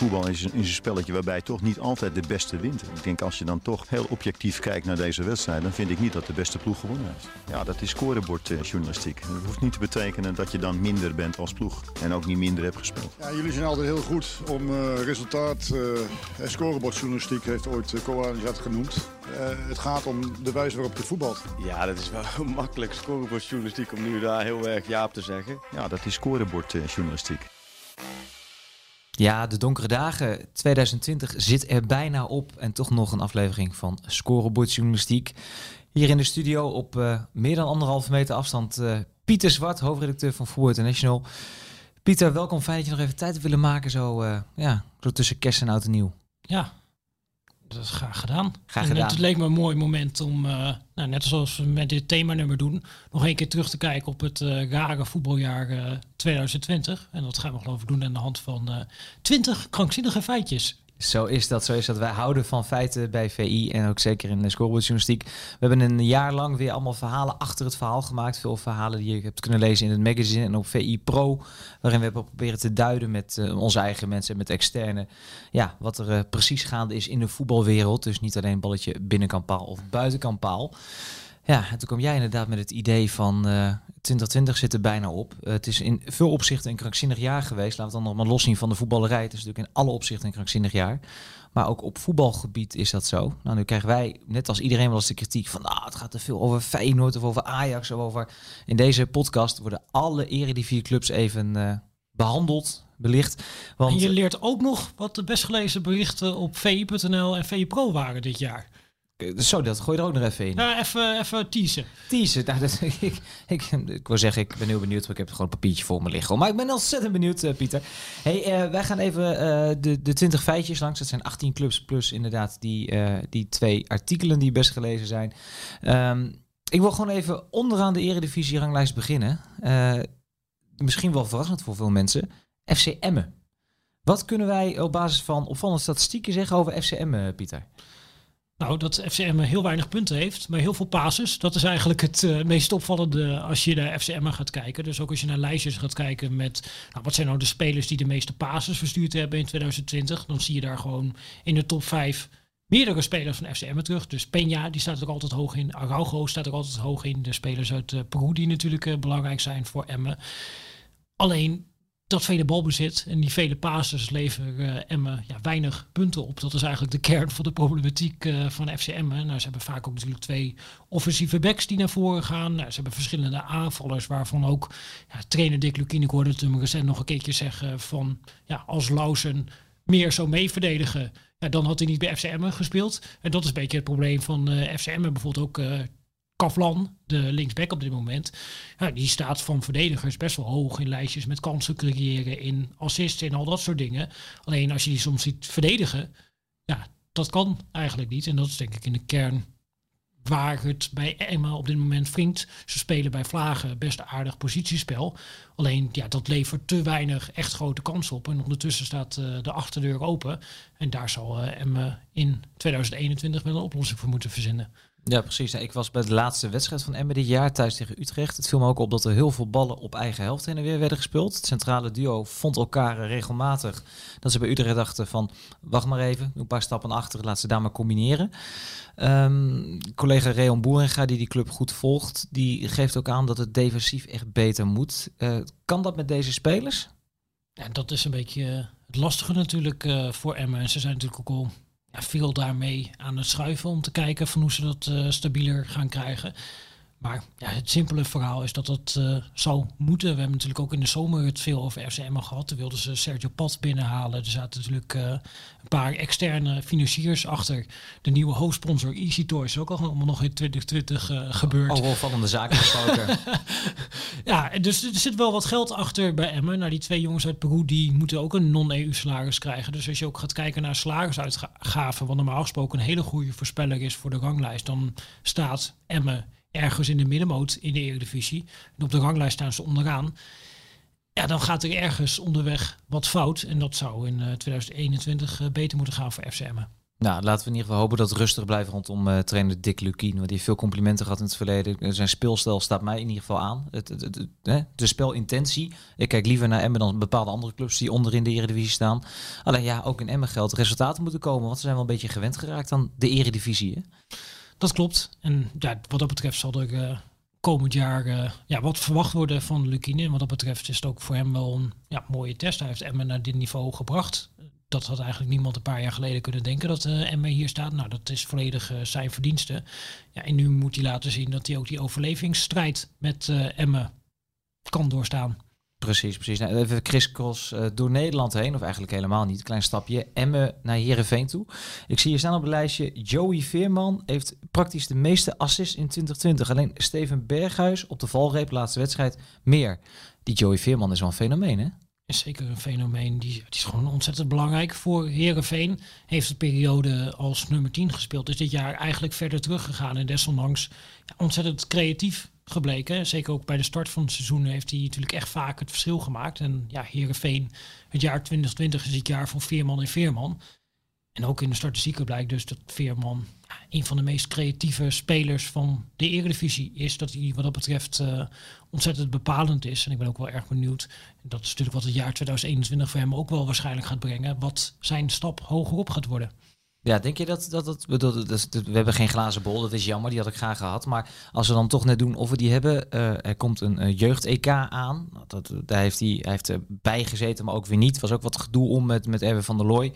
Voetbal is een spelletje waarbij toch niet altijd de beste wint. Ik denk als je dan toch heel objectief kijkt naar deze wedstrijd, dan vind ik niet dat de beste ploeg gewonnen heeft. Ja, dat is scorebordjournalistiek. Dat hoeft niet te betekenen dat je dan minder bent als ploeg en ook niet minder hebt gespeeld. Ja, jullie zijn altijd heel goed om resultaat en scorebordjournalistiek, heeft ooit Koanis dat genoemd. Het gaat om de wijze waarop je voetbalt. Ja, dat is wel makkelijk scorebordjournalistiek om nu daar heel erg ja op te zeggen. Ja, dat is scorebordjournalistiek. Ja, de donkere dagen 2020 zit er bijna op. En toch nog een aflevering van Scorebordjournalistiek. Hier in de studio op meer dan 1,5 meter afstand Pieter Zwart, hoofdredacteur van Voetbal International. Pieter, welkom. Fijn dat je nog even tijd hebt willen maken zo tussen kerst en oud en nieuw. Ja, dat is graag gedaan. Het leek me een mooi moment om, net zoals we met dit themanummer doen, nog een keer terug te kijken op het rare voetbaljaar 2020. En dat gaan we geloof ik doen aan de hand van 20 krankzinnige feitjes. Zo is dat. Wij houden van feiten bij VI en ook zeker in de scorebordjournalistiek. We hebben een jaar lang weer allemaal verhalen achter het verhaal gemaakt. Veel verhalen die je hebt kunnen lezen in het magazine en op VI Pro. Waarin we hebben proberen te duiden met onze eigen mensen en met externe. Ja, wat er precies gaande is in de voetbalwereld. Dus niet alleen balletje binnenkant paal of buitenkant paal. Ja, en toen kwam jij inderdaad met het idee van 2020 zit er bijna op. Het is in veel opzichten een krankzinnig jaar geweest. Laten we het dan nog maar loszien van de voetballerij. Het is natuurlijk in alle opzichten een krankzinnig jaar. Maar ook op voetbalgebied is dat zo. Nou, nu krijgen wij, net als iedereen wel eens de kritiek van het gaat te veel over Feyenoord of over Ajax of over... In deze podcast worden alle eredivisieclubs even behandeld, belicht. Want en je leert ook nog wat de best gelezen berichten op VI.nl en VI Pro waren dit jaar. Zo, dat gooi je er ook nog even in. Ja, even teasen. Teasen. Nou, ik wil zeggen, ik ben heel benieuwd. Ik heb gewoon een papiertje voor me liggen. Maar ik ben ontzettend benieuwd, Pieter. Hey, wij gaan even de 20 feitjes langs. Dat zijn 18 clubs plus inderdaad die 2 artikelen die best gelezen zijn. Ik wil gewoon even onderaan de Eredivisie-ranglijst beginnen. Misschien wel verrassend voor veel mensen. FC Emmen. Wat kunnen wij op basis van opvallende statistieken zeggen over FC Emmen, Pieter? Nou, dat FCM heel weinig punten heeft, maar heel veel passes. Dat is eigenlijk het meest opvallende als je naar FCM gaat kijken. Dus ook als je naar lijstjes gaat kijken met... wat zijn nou de spelers die de meeste passes verstuurd hebben in 2020? Dan zie je daar gewoon in de top 5 meerdere spelers van FCM terug. Dus Peña, die staat er ook altijd hoog in. Araujo staat er altijd hoog in. De spelers uit Peru die natuurlijk belangrijk zijn voor Emmen. Alleen... dat vele balbezit en die vele passes leveren Emmen weinig punten op. Dat is eigenlijk de kern van de problematiek van FC Emmen. Nou, ze hebben vaak ook natuurlijk 2 offensieve backs die naar voren gaan. Nou, ze hebben verschillende aanvallers waarvan ook trainer Dick Lukien, ik hoorde het hem recent nog een keertje zeggen van als Lausen meer zou meeverdedigen, dan had hij niet bij FC Emmen gespeeld. En dat is een beetje het probleem van FC Emmen. Bijvoorbeeld ook Kavlan, de linksback op dit moment, die staat van verdedigers best wel hoog in lijstjes met kansen creëren, in assists en al dat soort dingen. Alleen als je die soms ziet verdedigen, dat kan eigenlijk niet. En dat is denk ik in de kern waar het bij Emmen op dit moment wringt. Ze spelen bij Vlagen best aardig positiespel. Alleen dat levert te weinig echt grote kansen op. En ondertussen staat de achterdeur open. En daar zal Emmen in 2021 wel een oplossing voor moeten verzinnen. Ja, precies. Ik was bij de laatste wedstrijd van Emmen dit jaar thuis tegen Utrecht. Het viel me ook op dat er heel veel ballen op eigen helft heen en weer werden gespeeld. Het centrale duo vond elkaar regelmatig dat ze bij Utrecht dachten van wacht maar even, doe een paar stappen achter, laat ze daar maar combineren. Collega Reon Boeringa, die club goed volgt, die geeft ook aan dat het defensief echt beter moet. Kan dat met deze spelers? Ja, dat is een beetje het lastige natuurlijk voor Emmen. En ze zijn natuurlijk ook al veel daarmee aan het schuiven om te kijken van hoe ze dat stabieler gaan krijgen. Maar het simpele verhaal is dat dat zou moeten. We hebben natuurlijk ook in de zomer het veel over FCM gehad. Toen wilden ze Sergio Pat binnenhalen. Er zaten natuurlijk een paar externe financiers achter. De nieuwe hoofdsponsor Easy Toys is ook allemaal nog in 2020 gebeurd. Al wel vallende zaken gesproken. Dus er zit wel wat geld achter bij Emmen. Nou, die 2 jongens uit Peru die moeten ook een non-EU salaris krijgen. Dus als je ook gaat kijken naar salarisuitgaven, wat normaal gesproken een hele goede voorspeller is voor de ranglijst, dan staat Emmen ergens in de middenmoot in de Eredivisie. En op de ranglijst staan ze onderaan. Ja, dan gaat er ergens onderweg wat fout. En dat zou in 2021 beter moeten gaan voor FC Emmen. Nou, laten we in ieder geval hopen dat het rustig blijft rondom trainer Dick Lukkien. Want die heeft veel complimenten gehad in het verleden. Zijn speelstijl staat mij in ieder geval aan. De spelintentie. Ik kijk liever naar Emmen dan bepaalde andere clubs die onderin de Eredivisie staan. Alleen ja, ook in Emmen geldt resultaten moeten komen. Want ze zijn wel een beetje gewend geraakt aan de Eredivisie. Hè? Dat klopt. En ja, wat dat betreft zal er komend jaar wat verwacht worden van Lukkien. En wat dat betreft is het ook voor hem wel een mooie test. Hij heeft Emmen naar dit niveau gebracht. Dat had eigenlijk niemand een paar jaar geleden kunnen denken dat Emmen hier staat. Nou, dat is volledig zijn verdienste. Ja, en nu moet hij laten zien dat hij ook die overlevingsstrijd met Emmen kan doorstaan. Precies. Nou, even crisscross door Nederland heen, of eigenlijk helemaal niet. Klein stapje. Emmen naar Heerenveen toe. Ik zie hier staan op het lijstje. Joey Veerman heeft praktisch de meeste assists in 2020. Alleen Steven Berghuis op de valreep, laatste wedstrijd, meer. Die Joey Veerman is wel een fenomeen, hè? Is zeker een fenomeen. Die is gewoon ontzettend belangrijk voor Heerenveen. Heeft de periode als nummer 10 gespeeld. Is dit jaar eigenlijk verder teruggegaan. En desondanks ontzettend creatief gebleken. Zeker ook bij de start van het seizoen heeft hij natuurlijk echt vaak het verschil gemaakt. En ja, Heerenveen, het jaar 2020 is het jaar van Veerman en Veerman. En ook in de statistieken blijkt dus dat Veerman een van de meest creatieve spelers van de Eredivisie is. Dat hij wat dat betreft ontzettend bepalend is. En ik ben ook wel erg benieuwd. Dat is natuurlijk wat het jaar 2021 voor hem ook wel waarschijnlijk gaat brengen. Wat zijn stap hogerop gaat worden. Ja, denk je dat we hebben geen glazen bol, dat is jammer, die had ik graag gehad. Maar als we dan toch net doen of we die hebben, er komt een jeugd-EK aan. Daar heeft hij bijgezeten, maar ook weer niet. Was ook wat gedoe om met Erwin van der Looy.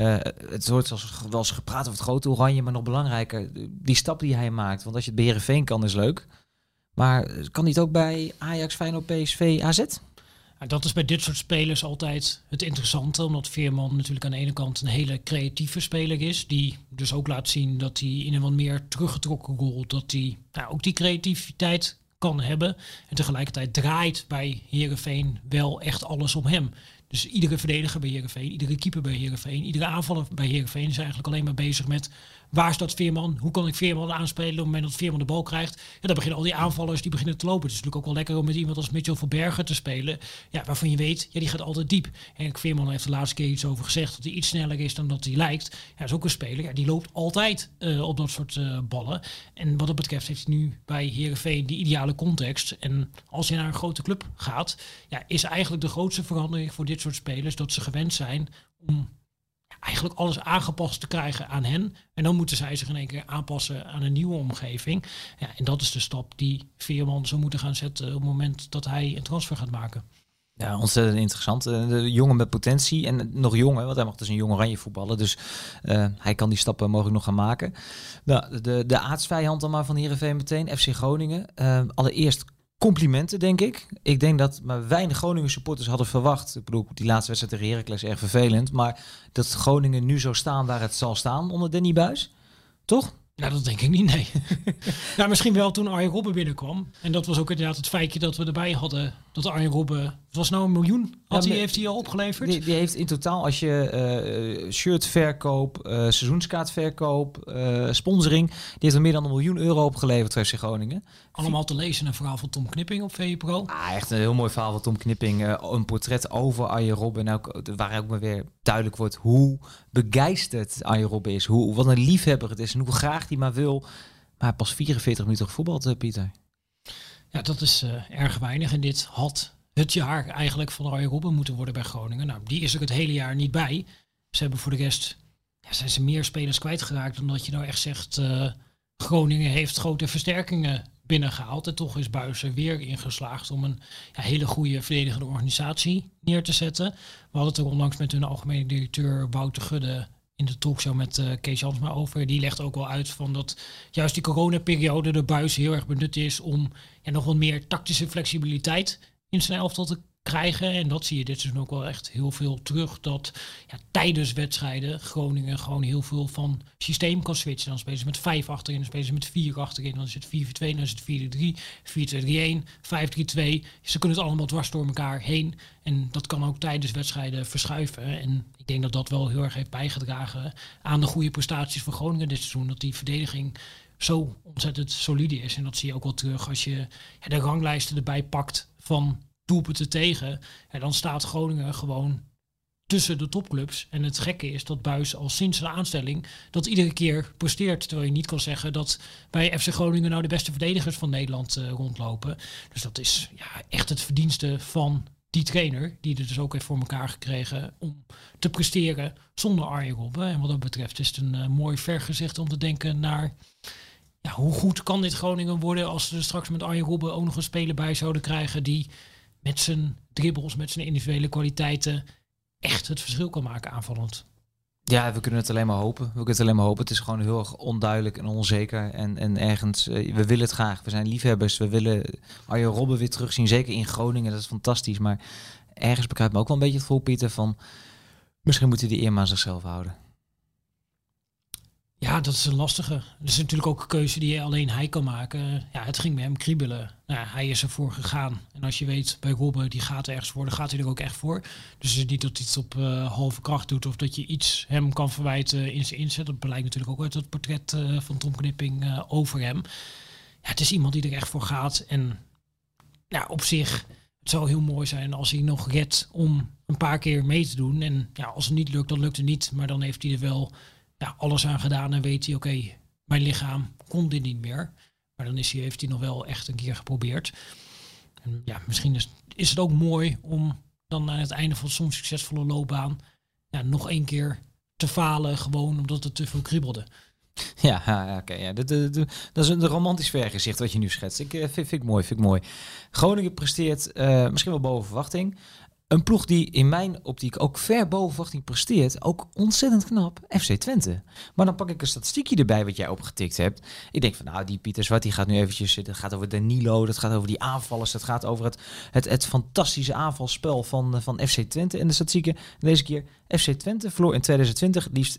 Het wordt wel eens gepraat over het grote oranje, maar nog belangrijker, die stap die hij maakt. Want als je het bij Heerenveen kan, is leuk. Maar kan hij het ook bij Ajax, Feyenoord, PSV, AZ? Dat is bij dit soort spelers altijd het interessante. Omdat Veerman natuurlijk aan de ene kant een hele creatieve speler is. Die dus ook laat zien dat hij in een wat meer teruggetrokken rol, dat hij ook die creativiteit kan hebben. En tegelijkertijd draait bij Heerenveen wel echt alles om hem. Dus iedere verdediger bij Heerenveen, iedere keeper bij Heerenveen, iedere aanvaller bij Heerenveen is eigenlijk alleen maar bezig met waar staat Veerman? Hoe kan ik Veerman aanspelen op het moment dat Veerman de bal krijgt? Ja, dan beginnen al die aanvallers die beginnen te lopen. Het is natuurlijk ook wel lekker om met iemand als Mitchell van Bergen te spelen. Ja, waarvan je weet, die gaat altijd diep. En Veerman heeft de laatste keer iets over gezegd dat hij iets sneller is dan dat hij lijkt. Ja, is ook een speler. Ja, die loopt altijd op dat soort ballen. En wat dat betreft heeft hij nu bij Heerenveen die ideale context. En als je naar een grote club gaat, is eigenlijk de grootste verandering voor dit soort spelers dat ze gewend zijn om eigenlijk alles aangepast te krijgen aan hen. En dan moeten zij zich in één keer aanpassen aan een nieuwe omgeving. Ja, en dat is de stap die Veerman zou moeten gaan zetten op het moment dat hij een transfer gaat maken. Ja, ontzettend interessant. De jongen met potentie en nog jong, want hij mag dus een jong oranje voetballen. Dus hij kan die stappen mogelijk nog gaan maken. Nou, de aardsvijand dan maar van Heerenveen meteen, FC Groningen. Allereerst complimenten, denk ik. Ik denk dat maar weinig Groningen supporters hadden verwacht. Ik bedoel, die laatste wedstrijd tegen Heracles erg vervelend. Maar dat Groningen nu zo staan waar het zal staan onder Danny Buijs. Toch? Nou, dat denk ik niet, nee. Nou, misschien wel toen Arjen Robben binnenkwam. En dat was ook inderdaad het feitje dat we erbij hadden. Dat Arjen Robben, het was nou 1 miljoen, heeft hij al opgeleverd? Die heeft in totaal, als je shirtverkoop, seizoenskaartverkoop, sponsoring, die heeft er meer dan €1 miljoen opgeleverd voor FC Groningen. Allemaal te lezen een verhaal van Tom Knipping op VPRO. Echt een heel mooi verhaal van Tom Knipping. Een portret over Arjen Robben. En waar ook maar weer duidelijk wordt hoe begeisterd Arjen Robben is. Wat een liefhebber het is en hoe graag hij maar wil. Maar pas 44 minuten gevoetbald, Pieter. Ja, dat is erg weinig. En dit had het jaar eigenlijk van Arjen Robben moeten worden bij Groningen. Nou, die is er het hele jaar niet bij. Ze hebben voor de rest zijn ze meer spelers kwijtgeraakt dan dat je nou echt zegt Groningen heeft grote versterkingen binnengehaald. En toch is Buijs er weer ingeslaagd om een hele goede verdedigende organisatie neer te zetten. We hadden het er onlangs met hun algemene directeur Wouter Gudde in de talkshow met Kees Jansma over. Die legt ook wel uit van dat juist die coronaperiode de Buijs heel erg benut is om nog wat meer tactische flexibiliteit in zijn elftal te krijgen. En dat zie je dit seizoen ook wel echt heel veel terug. Dat tijdens wedstrijden Groningen gewoon heel veel van systeem kan switchen. Dan spelen ze met 5 achterin, dan spelen ze met 4 achterin. Dan is het 4-4-2, dan is het 4-3, 4-2-3-1, 5-3-2. Ze kunnen het allemaal dwars door elkaar heen. En dat kan ook tijdens wedstrijden verschuiven. En ik denk dat dat wel heel erg heeft bijgedragen aan de goede prestaties van Groningen dit seizoen. Dat die verdediging zo ontzettend solide is. En dat zie je ook wel terug als je de ranglijsten erbij pakt van doelpunten tegen. En dan staat Groningen gewoon tussen de topclubs. En het gekke is dat Buijs al sinds zijn aanstelling dat iedere keer presteert. Terwijl je niet kan zeggen dat bij FC Groningen nou de beste verdedigers van Nederland rondlopen. Dus dat is echt het verdienste van die trainer, die het dus ook heeft voor elkaar gekregen om te presteren zonder Arjen Robben. En wat dat betreft is het een mooi vergezicht om te denken naar hoe goed kan dit Groningen worden als ze straks met Arjen Robben ook nog een speler bij zouden krijgen die met zijn dribbles, met zijn individuele kwaliteiten echt het verschil kan maken aanvallend. Ja, we kunnen het alleen maar hopen. Het is gewoon heel erg onduidelijk en onzeker. En ergens, we willen het graag. We zijn liefhebbers. We willen Arjen Robben weer terugzien. Zeker in Groningen, dat is fantastisch. Maar ergens bekruipt me ook wel een beetje het gevoel, Pieter, van misschien moet hij de eer maar aan zichzelf houden. Ja, dat is een lastige. Dat is natuurlijk ook een keuze die alleen hij kan maken. Ja, het ging bij hem kriebelen. Nou, hij is ervoor gegaan. En als je weet, bij Robben, die gaat ergens voor, dan gaat hij er ook echt voor. Dus het is niet dat hij het op halve kracht doet of dat je iets hem kan verwijten in zijn inzet. Dat blijkt natuurlijk ook uit het portret van Tom Knipping over hem. Ja, het is iemand die er echt voor gaat. En op zich, het zou heel mooi zijn als hij nog redt om een paar keer mee te doen. En als het niet lukt, dan lukt het niet. Maar dan heeft hij er wel alles aan gedaan en weet hij, oké, mijn lichaam kon dit niet meer. Maar dan heeft hij nog wel echt een keer geprobeerd. En misschien is het ook mooi om dan aan het einde van zo'n succesvolle loopbaan nog een keer te falen, gewoon omdat het te veel kriebelde. Oké. Dat is een romantisch vergezicht wat je nu schetst. Vind ik mooi. Groningen presteert misschien wel boven verwachting. Een ploeg die in mijn optiek ook ver boven verwachting presteert. Ook ontzettend knap. FC Twente. Maar dan pak ik een statistiekje erbij wat jij opgetikt hebt. Ik denk van die Pieter Zwart die gaat nu eventjes zitten. Het gaat over Danilo. Dat gaat over die aanvallers. Dat gaat over het fantastische aanvalspel van FC Twente. En de statistieken deze keer. FC Twente verloor in 2020 liefst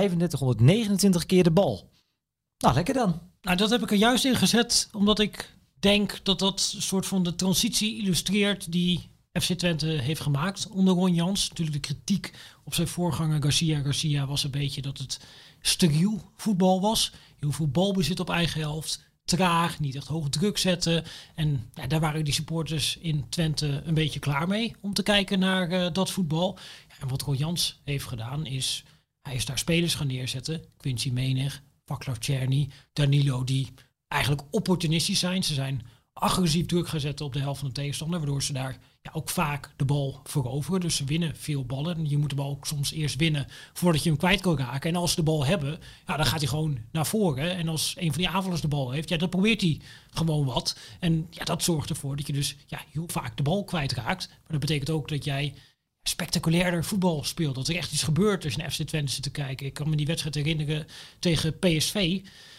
3529 keer de bal. Nou, lekker dan. Nou, dat heb ik er juist in gezet. Omdat ik denk dat dat een soort van de transitie illustreert die FC Twente heeft gemaakt onder Ron Jans. Natuurlijk de kritiek op zijn voorganger Garcia was een beetje dat het steriel voetbal was. Heel veel balbezit op eigen helft. Traag, niet echt hoog druk zetten. En daar waren die supporters in Twente een beetje klaar mee om te kijken naar dat voetbal. En wat Ron Jans heeft gedaan is, hij is daar spelers gaan neerzetten. Quincy Menig, Václav Černý, Danilo, die eigenlijk opportunistisch zijn. Ze zijn agressief druk gaan zetten op de helft van de tegenstander, waardoor ze daar ook vaak de bal veroveren. Dus ze winnen veel ballen. En je moet de bal ook soms eerst winnen voordat je hem kwijt kan raken. En als ze de bal hebben, dan gaat hij gewoon naar voren. En als een van die aanvallers de bal heeft, dan probeert hij gewoon wat. En dat zorgt ervoor dat je dus heel vaak de bal kwijtraakt. Maar dat betekent ook dat jij spectaculairder voetbal speelt. Dat er echt iets gebeurt als je naar FC Twente zit te kijken. Ik kan me die wedstrijd herinneren tegen PSV.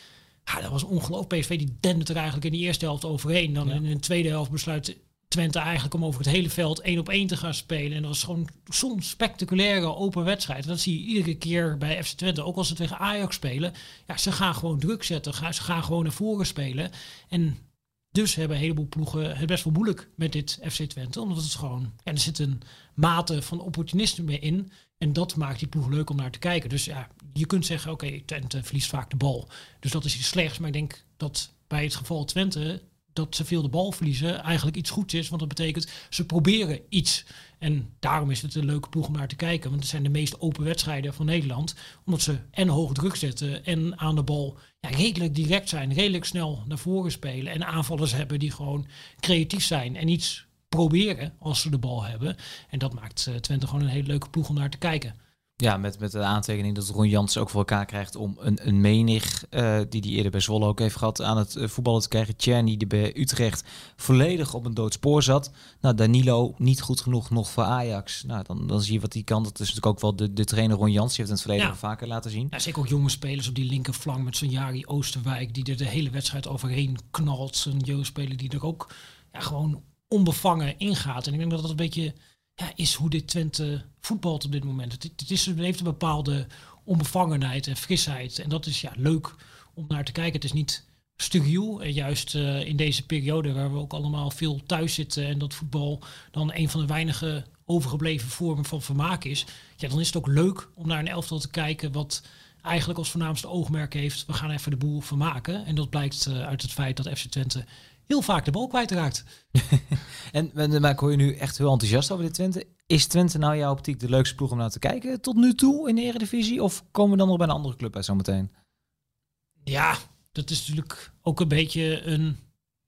Dat was ongelooflijk. PSV die dende er eigenlijk in de eerste helft overheen. Dan in de tweede helft besluit Twente eigenlijk om over het hele veld 1-op-1 te gaan spelen. En dat was gewoon zo'n spectaculaire open wedstrijd. En dat zie je iedere keer bij FC Twente. Ook als ze tegen Ajax spelen. Ze gaan gewoon druk zetten. Ze gaan gewoon naar voren spelen. En dus hebben een heleboel ploegen het best wel moeilijk met dit FC Twente. Omdat het gewoon, er zit een mate van opportunisme in. En dat maakt die ploeg leuk om naar te kijken. Dus je kunt zeggen, oké, Twente verliest vaak de bal. Dus dat is iets slechts. Maar ik denk dat bij het geval Twente, dat ze veel de bal verliezen, eigenlijk iets goeds is. Want dat betekent, ze proberen iets. En daarom is het een leuke ploeg om naar te kijken. Want het zijn de meest open wedstrijden van Nederland. Omdat ze en hoog druk zetten en aan de bal redelijk direct zijn. Redelijk snel naar voren spelen. En aanvallers hebben die gewoon creatief zijn. En iets proberen als ze de bal hebben. En dat maakt Twente gewoon een hele leuke ploeg om naar te kijken. Ja, met de aantekening dat Ron Jans ook voor elkaar krijgt om een Menig, die eerder bij Zwolle ook heeft gehad, aan het voetballen te krijgen. Černý, die bij Utrecht volledig op een dood spoor zat. Danilo niet goed genoeg nog voor Ajax. Dan zie je wat hij kan. Dat is natuurlijk ook wel de trainer Ron Jans. Die heeft het in het verleden al vaker laten zien. Zeker ook jonge spelers op die linkerflank met zo'n Jari Oosterwijk, die er de hele wedstrijd overheen knalt. Zo'n jeugdspeler die er ook gewoon onbevangen ingaat. En ik denk dat dat een beetje is hoe dit Twente voetbalt op dit moment. Het heeft een bepaalde onbevangenheid en frisheid. En dat is leuk om naar te kijken. Het is niet steriel. En juist in deze periode waar we ook allemaal veel thuis zitten en dat voetbal dan een van de weinige overgebleven vormen van vermaak is. Dan is het ook leuk om naar een elftal te kijken wat eigenlijk als voornaamste oogmerk heeft, we gaan even de boel vermaken. En dat blijkt uit het feit dat FC Twente heel vaak de bal kwijtraakt. Maar ik hoor je nu echt heel enthousiast over dit Twente. Is Twente nou in jouw optiek de leukste ploeg om naar te kijken tot nu toe in de Eredivisie? Of komen we dan nog bij een andere club uit zometeen? Ja, dat is natuurlijk ook een beetje een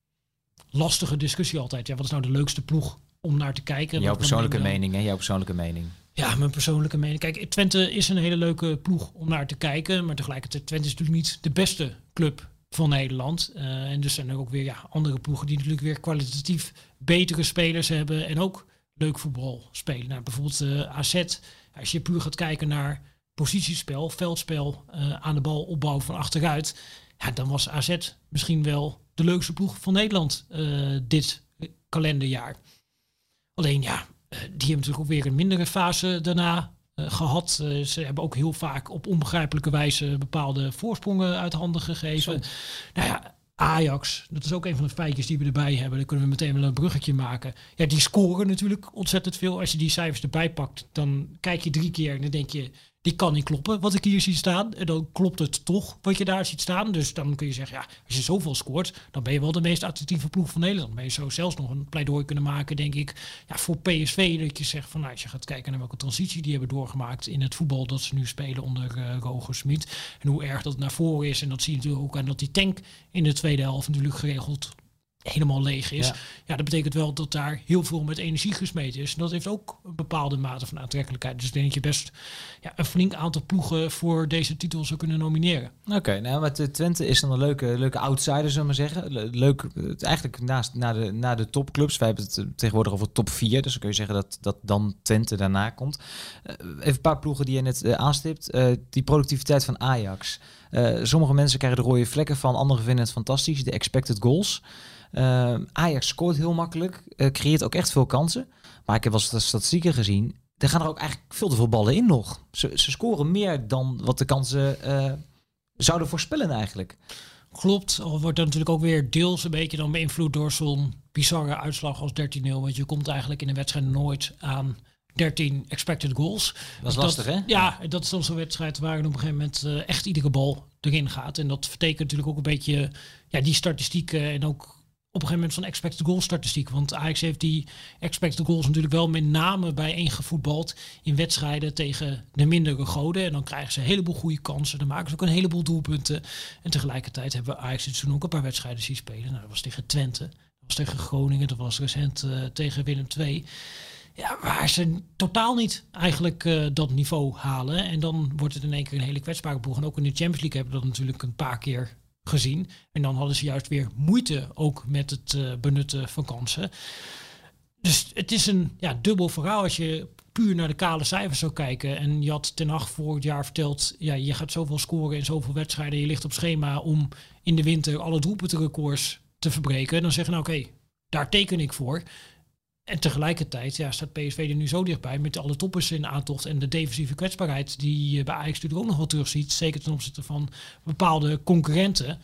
lastige discussie altijd. Ja, wat is nou de leukste ploeg om naar te kijken? Jouw persoonlijke mening, hè? Jouw persoonlijke mening. Ja, mijn persoonlijke mening. Kijk, Twente is een hele leuke ploeg om naar te kijken. Maar tegelijkertijd, Twente is natuurlijk niet de beste club van Nederland. En dus zijn er ook weer andere ploegen die natuurlijk weer kwalitatief betere spelers hebben. En ook leuk voetbal spelen. Nou, bijvoorbeeld AZ. Als je puur gaat kijken naar positiespel, veldspel, aan de bal opbouw van achteruit. Ja, dan was AZ misschien wel de leukste ploeg van Nederland dit kalenderjaar. Alleen die hebben natuurlijk ook weer een mindere fase daarna gehad. Ze hebben ook heel vaak op onbegrijpelijke wijze bepaalde voorsprongen uit handen gegeven. Zo. Nou ja, Ajax, dat is ook een van de feitjes die we erbij hebben. Daar kunnen we meteen wel een bruggetje maken. Ja, die scoren natuurlijk ontzettend veel. Als je die cijfers erbij pakt, dan kijk je 3 keer en dan denk je, die kan niet kloppen wat ik hier zie staan. En dan klopt het toch wat je daar ziet staan. Dus dan kun je zeggen, ja, als je zoveel scoort, dan ben je wel de meest attractieve ploeg van Nederland. Dan ben je zo zelfs nog een pleidooi kunnen maken, denk ik, voor PSV. Dat je zegt van, als je gaat kijken naar welke transitie die hebben doorgemaakt in het voetbal dat ze nu spelen onder Roger Smit. En hoe erg dat naar voren is. En dat zie je natuurlijk ook aan dat die tank in de tweede helft natuurlijk geregeld helemaal leeg is. Ja, dat betekent wel dat daar heel veel met energie gesmeten is. En dat heeft ook een bepaalde mate van aantrekkelijkheid. Dus ik denk dat je best een flink aantal ploegen voor deze titel zou kunnen nomineren. Oké, nou, maar Twente is dan een leuke outsider, zullen we maar zeggen. Leuk, eigenlijk na de topclubs. Wij hebben het tegenwoordig over top 4. Dus dan kun je zeggen dat dan Twente daarna komt. Even een paar ploegen die je net aanstipt. Die productiviteit van Ajax. Sommige mensen krijgen de rode vlekken van, anderen vinden het fantastisch. De expected goals. Ajax scoort heel makkelijk, creëert ook echt veel kansen. Maar ik heb wel de statistieken gezien. Er gaan er ook eigenlijk veel te veel ballen in nog. Ze scoren meer dan wat de kansen zouden voorspellen eigenlijk. Klopt, al wordt dat natuurlijk ook weer deels een beetje dan beïnvloed door zo'n bizarre uitslag als 13-0. Want je komt eigenlijk in een wedstrijd nooit aan 13 expected goals. Dat is lastig, hè? Ja, dat is dan zo'n wedstrijd waar op een gegeven moment echt iedere bal erin gaat. En dat vertekent natuurlijk ook een beetje die statistieken en ook op een gegeven moment van expected goal statistiek. Want Ajax heeft die expected goals natuurlijk wel met name bijeengevoetbald in wedstrijden tegen de mindere goden. En dan krijgen ze een heleboel goede kansen. Dan maken ze ook een heleboel doelpunten. En tegelijkertijd hebben we Ajax dit toen ook een paar wedstrijden zien spelen. Nou, dat was tegen Twente. Dat was tegen Groningen. Dat was recent tegen Willem II. Ja, waar ze totaal niet eigenlijk dat niveau halen. En dan wordt het in één keer een hele kwetsbare ploeg. En ook in de Champions League hebben we dat natuurlijk een paar keer gezien. En dan hadden ze juist weer moeite ook met het benutten van kansen. Dus het is een dubbel verhaal als je puur naar de kale cijfers zou kijken. En je had Ten Hag vorig jaar verteld, je gaat zoveel scoren in zoveel wedstrijden. Je ligt op schema om in de winter alle doelpuntenrecords te verbreken. Dan zeggen oké, daar teken ik voor. En tegelijkertijd staat PSV er nu zo dichtbij met alle toppers in aantocht en de defensieve kwetsbaarheid die je bij Ajax natuurlijk ook nog wel terugziet, zeker ten opzichte van bepaalde concurrenten.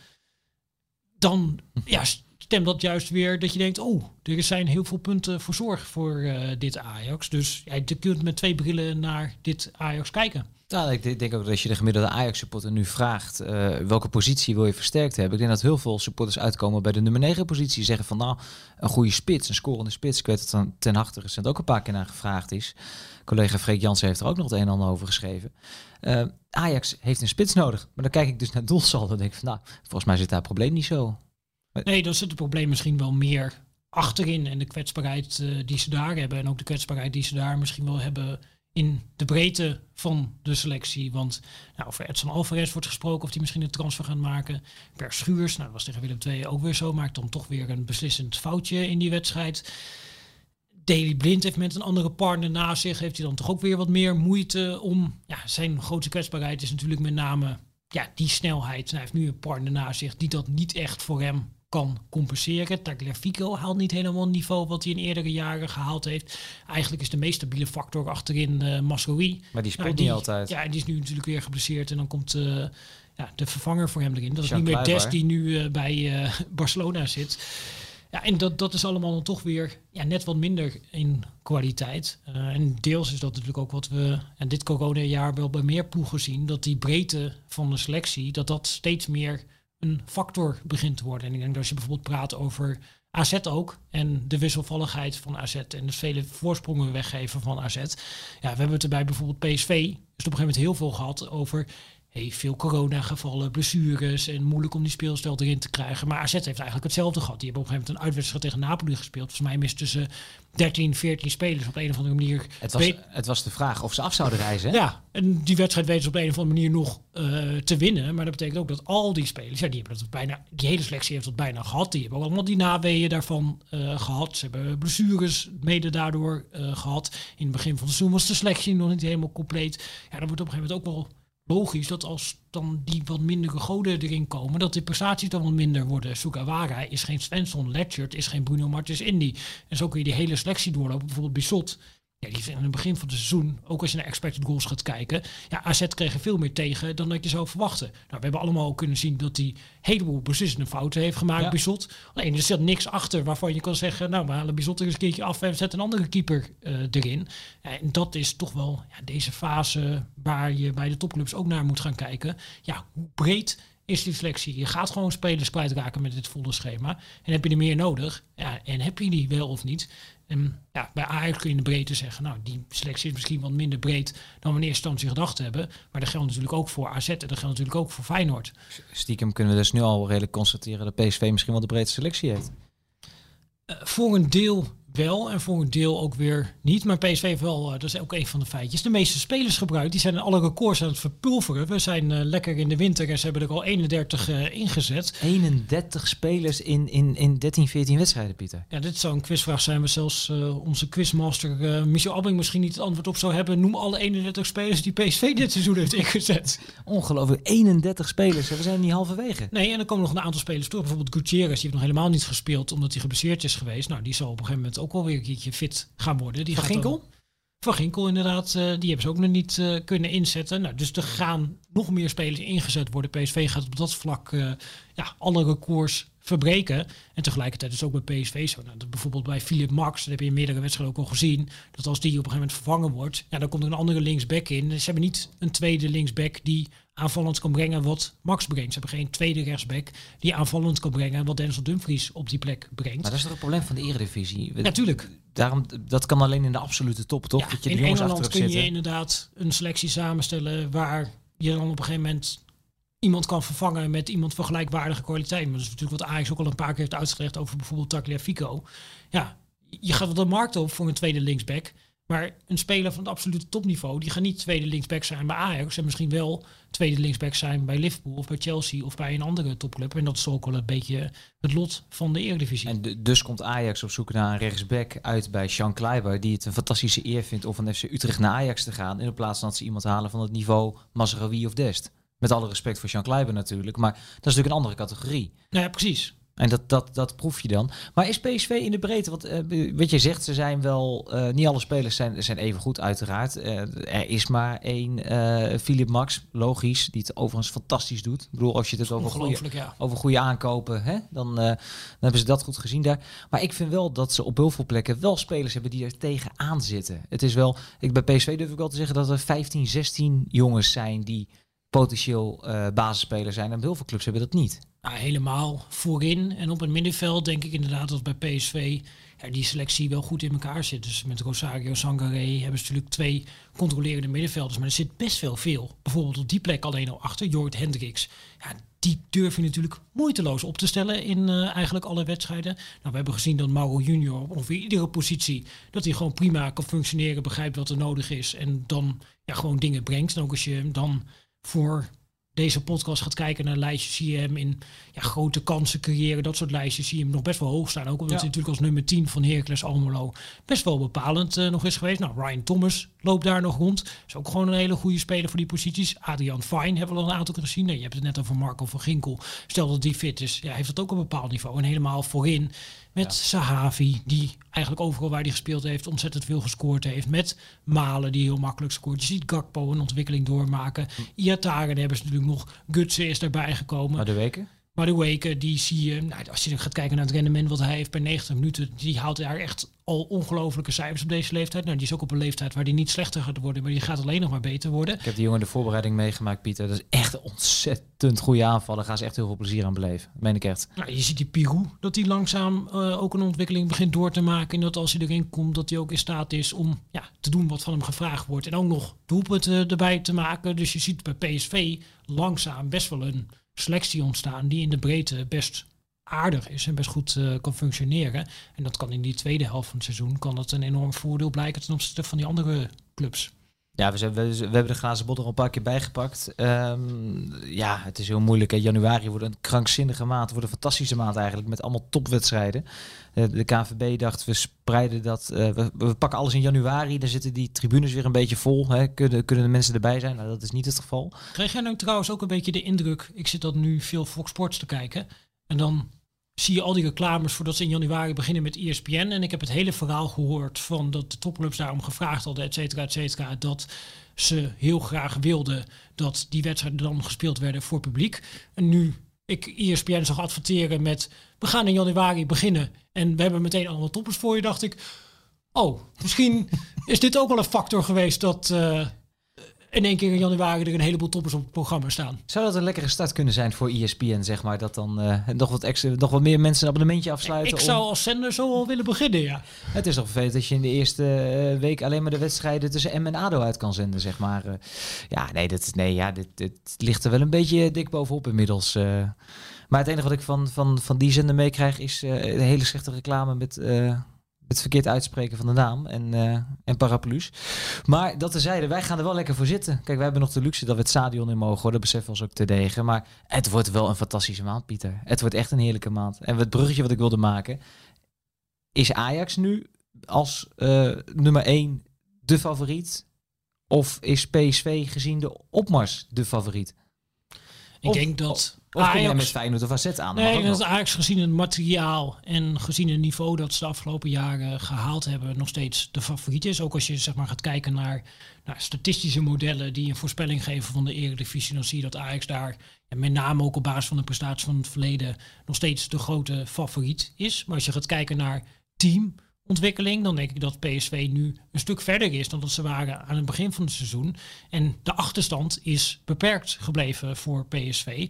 Dan stemt dat juist weer dat je denkt, er zijn heel veel punten voor zorg voor dit Ajax. Dus je kunt met 2 brillen naar dit Ajax kijken. Ja, ik denk ook dat als je de gemiddelde Ajax-supporter nu vraagt welke positie wil je versterkt hebben. Ik denk dat heel veel supporters uitkomen bij de nummer 9 positie. Zeggen van een goede spits, een scorende spits. Ik weet dat Ten Hag recent ook een paar keer naar gevraagd is. Collega Freek Jansen heeft er ook nog het een en ander over geschreven. Ajax heeft een spits nodig. Maar dan kijk ik dus naar doelsaldo en denk ik van volgens mij zit daar het probleem niet zo. Nee, dan zit het probleem misschien wel meer achterin. En de kwetsbaarheid die ze daar hebben. En ook de kwetsbaarheid die ze daar misschien wel hebben in de breedte van de selectie. Want over Edson Alvarez wordt gesproken of die misschien een transfer gaan maken. Per Schuurs, dat was tegen Willem II ook weer zo. Maakt dan toch weer een beslissend foutje in die wedstrijd. Daley Blind heeft met een andere partner naast zich. Heeft hij dan toch ook weer wat meer moeite om... zijn grootste kwetsbaarheid is natuurlijk met name die snelheid. Hij heeft nu een partner naast zich die dat niet echt voor hem kan compenseren. Tagliafico haalt niet helemaal het niveau wat hij in eerdere jaren gehaald heeft. Eigenlijk is de meest stabiele factor achterin Masraoui. Maar die speelt niet altijd. Ja, en die is nu natuurlijk weer geblesseerd en dan komt de vervanger voor hem erin. Dat is Jean niet meer Kleiber, Des die nu bij Barcelona zit. Ja, en dat is allemaal dan toch weer net wat minder in kwaliteit. En deels is dat natuurlijk ook wat we dit coronajaar wel bij meer ploegen zien. Dat die breedte van de selectie, dat steeds meer een factor begint te worden. En ik denk dat als je bijvoorbeeld praat over AZ ook en de wisselvalligheid van AZ en de vele voorsprongen weggeven van AZ. Ja, we hebben het erbij bijvoorbeeld PSV. Dus op een gegeven moment heel veel gehad over veel coronagevallen, blessures en moeilijk om die speelstijl erin te krijgen. Maar AZ heeft eigenlijk hetzelfde gehad. Die hebben op een gegeven moment een uitwedstrijd tegen Napoli gespeeld. Volgens mij misten ze 13, 14 spelers op een of andere manier. Het was de vraag of ze af zouden reizen. Hè? Ja, en die wedstrijd weten ze op een of andere manier nog te winnen. Maar dat betekent ook dat al die spelers, die hebben dat bijna, die hele selectie heeft dat bijna gehad. Die hebben ook allemaal die naweeën daarvan gehad. Ze hebben blessures mede daardoor gehad. In het begin van het seizoen was de selectie nog niet helemaal compleet. Ja, dan wordt op een gegeven moment ook wel logisch dat als dan die wat mindere goden erin komen, dat de prestaties dan wat minder worden. Sugawara is geen Svensson, Letchert is geen Bruno Martins Indy. En zo kun je die hele selectie doorlopen. Bijvoorbeeld Bissot, ja, die in het begin van het seizoen, ook als je naar expected goals gaat kijken, ja, AZ kreeg er veel meer tegen dan dat je zou verwachten. Nou, we hebben allemaal kunnen zien dat hij een heleboel beslissende fouten heeft gemaakt, ja. Bissot. Alleen er zit niks achter waarvan je kan zeggen, nou, we halen Bissot er eens een keertje af en zetten een andere keeper erin. En dat is toch wel deze fase waar je bij de topclubs ook naar moet gaan kijken. Ja, hoe breed is die selectie? Je gaat gewoon spelers kwijtraken met dit volle schema. En heb je er meer nodig? Ja, en heb je die wel of niet? Ja, bij Ajax kun je in de breedte zeggen, nou, die selectie is misschien wat minder breed dan we in eerste instantie gedacht hebben. Maar dat geldt natuurlijk ook voor AZ en dat geldt natuurlijk ook voor Feyenoord. Stiekem kunnen we dus nu al redelijk constateren dat PSV misschien wel de breedste selectie heeft. Voor een deel wel en voor een deel ook weer niet. Maar PSV heeft wel, dat is ook een van de feitjes, de meeste spelers gebruikt. Die zijn alle records aan het verpulveren. We zijn lekker in de winter en ze hebben er al 31 ingezet. 31 spelers in 13, 14 wedstrijden, Pieter. Ja, dit zou een quizvraag zijn waar zelfs onze quizmaster Michel Abbing misschien niet het antwoord op zou hebben. Noem alle 31 spelers die PSV dit seizoen heeft ingezet. Ongelooflijk, 31 spelers. We zijn niet halverwege. Nee, en dan komen nog een aantal spelers toe. Bijvoorbeeld Gutierrez, die heeft nog helemaal niet gespeeld omdat hij geblesseerd is geweest. Nou, die zal op een gegeven moment ook wel weer een keertje fit gaan worden. Die Van Ginkel? Van Ginkel inderdaad, die hebben ze ook nog niet kunnen inzetten. Nou, dus er gaan nog meer spelers ingezet worden. PSV gaat op dat vlak alle records verbreken. En tegelijkertijd is ook bij PSV zo. Nou, dat bijvoorbeeld bij Philip Max, dat heb je in meerdere wedstrijden ook al gezien, dat als die op een gegeven moment vervangen wordt, ja, dan komt er een andere linksback in. Ze hebben niet een tweede linksback die aanvallend kan brengen wat Max brengt. Ze hebben geen tweede rechtsback die aanvallend kan brengen wat Denzel Dumfries op die plek brengt. Maar dat is toch het probleem van de Eredivisie? Natuurlijk. Daarom, dat kan alleen in de absolute top, toch? Ja, dat je in de jongens Engeland kun je zitten. inderdaad een selectie samenstellen waar je dan op een gegeven moment iemand kan vervangen met iemand van gelijkwaardige kwaliteit. Maar dat is natuurlijk wat Ajax ook al een paar keer heeft uitgelegd over bijvoorbeeld Tagliafico. Ja, je gaat op de markt op voor een tweede linksback. Maar een speler van het absolute topniveau, die gaat niet tweede linksback zijn bij Ajax. En misschien wel tweede linksback zijn bij Liverpool of bij Chelsea of bij een andere topclub. En dat is ook wel een beetje het lot van de Eredivisie. En dus komt Ajax op zoek naar een rechtsback uit bij Sean Kleiber, die het een fantastische eer vindt om van FC Utrecht naar Ajax te gaan. In plaats van dat ze iemand halen van het niveau Mazraoui of Dest. Met alle respect voor Sean Kleiber natuurlijk. Maar dat is natuurlijk een andere categorie. Nou ja, precies. En dat proef je dan. Maar is PSV in de breedte? Want wat je zegt, ze zijn wel... niet alle spelers zijn even goed, uiteraard. Er is maar één Philip Max, logisch, die het overigens fantastisch doet. Ik bedoel, als je het over goede aankopen, hè, dan hebben ze dat goed gezien daar. Maar ik vind wel dat ze op heel veel plekken wel spelers hebben die er tegenaan zitten. Het is wel... bij PSV durf ik wel te zeggen dat er 15, 16 jongens zijn die potentieel basisspeler zijn. En heel veel clubs hebben dat niet. Nou, helemaal voorin en op het middenveld denk ik inderdaad dat bij PSV die selectie wel goed in elkaar zit. Dus met Rosario, Sangaré hebben ze natuurlijk 2 controlerende middenvelders. Maar er zit best wel veel. Bijvoorbeeld op die plek alleen al achter, Jorrit Hendricks. Ja, die durf je natuurlijk moeiteloos op te stellen in eigenlijk alle wedstrijden. Nou, we hebben gezien dat Mauro Junior op ongeveer iedere positie, dat hij gewoon prima kan functioneren, begrijpt wat er nodig is en dan gewoon dingen brengt. En ook als je hem dan voor deze podcast gaat kijken naar lijstjes, zie je hem in grote kansen creëren. Dat soort lijstjes zie je hem nog best wel hoog staan. Ook omdat hij natuurlijk als nummer 10 van Heracles Almelo best wel bepalend nog is geweest. Nou, Ryan Thomas loopt daar nog rond. Is ook gewoon een hele goede speler voor die posities. Adrian Fine hebben we al een aantal keer gezien. Nee, je hebt het net over Marco van Ginkel. Stel dat die fit is, heeft dat ook een bepaald niveau. En helemaal voorin met Sahavi, die eigenlijk overal waar hij gespeeld heeft ontzettend veel gescoord heeft. Met Malen, die heel makkelijk scoort. Je ziet Gakpo een ontwikkeling doormaken. Iataren hebben ze natuurlijk nog. Gutsen is daarbij gekomen. Maar de weken? Maar de Weken, die zie je, als je gaat kijken naar het rendement wat hij heeft per 90 minuten, die haalt daar echt al ongelofelijke cijfers op deze leeftijd. Nou, die is ook op een leeftijd waar die niet slechter gaat worden, maar die gaat alleen nog maar beter worden. Ik heb die jongen de voorbereiding meegemaakt, Pieter. Dat is echt een ontzettend goede aanval. Daar gaan ze echt heel veel plezier aan beleven. Dat meen ik echt. Nou, je ziet die Pirou, dat hij langzaam ook een ontwikkeling begint door te maken. En dat als hij erin komt, dat hij ook in staat is om te doen wat van hem gevraagd wordt. En ook nog doelpunten erbij te maken. Dus je ziet bij PSV langzaam best wel een selectie ontstaan die in de breedte best aardig is en best goed kan functioneren. En dat kan in die tweede helft van het seizoen kan dat een enorm voordeel blijken ten opzichte van die andere clubs. Ja, we hebben de glazen bot er al een paar keer bijgepakt. Het is heel moeilijk. Hè. Januari wordt een krankzinnige maand. Wordt een fantastische maand eigenlijk met allemaal topwedstrijden. De KNVB dacht, we spreiden dat. We pakken alles in januari. Dan zitten die tribunes weer een beetje vol. Hè. Kunnen de mensen erbij zijn? Nou, dat is niet het geval. Krijg jij nou trouwens ook een beetje de indruk, ik zit dat nu veel Fox Sports te kijken. En dan zie je al die reclames voordat ze in januari beginnen met ESPN. En ik heb het hele verhaal gehoord van dat de topclubs daarom gevraagd hadden, et cetera, dat ze heel graag wilden dat die wedstrijden dan gespeeld werden voor publiek. En nu ik ESPN zag adverteren met, we gaan in januari beginnen en we hebben meteen allemaal toppers voor je, dacht ik, misschien is dit ook wel een factor geweest dat in één keer in januari er een heleboel toppers op het programma staan. Zou dat een lekkere start kunnen zijn voor ESPN, zeg maar? Dat dan nog wat meer mensen een abonnementje afsluiten? Ik zou als zender zo al willen beginnen, ja. Het is toch vervelend dat je in de eerste week alleen maar de wedstrijden tussen M en ADO uit kan zenden, zeg maar. Dit ligt er wel een beetje dik bovenop inmiddels. Maar het enige wat ik van die zender meekrijg is de hele slechte reclame met het verkeerd uitspreken van de naam en paraplu's. Maar dat terzijde, wij gaan er wel lekker voor zitten. Kijk, wij hebben nog de luxe dat we het stadion in mogen, hoor. Dat beseffen we ons ook terdege. Maar het wordt wel een fantastische maand, Pieter. Het wordt echt een heerlijke maand. En het bruggetje wat ik wilde maken, is Ajax nu als nummer 1 de favoriet? Of is PSV gezien de opmars de favoriet? Ik denk dat Of kom jij met Feyenoord of AZ aan? Nee, dat Ajax gezien het materiaal en gezien het niveau dat ze de afgelopen jaren gehaald hebben, nog steeds de favoriet is. Ook als je zeg maar gaat kijken naar statistische modellen die een voorspelling geven van de Eredivisie, dan zie je dat Ajax daar, en met name ook op basis van de prestaties van het verleden, nog steeds de grote favoriet is. Maar als je gaat kijken naar teamontwikkeling, dan denk ik dat PSV nu een stuk verder is dan dat ze waren aan het begin van het seizoen. En de achterstand is beperkt gebleven voor PSV.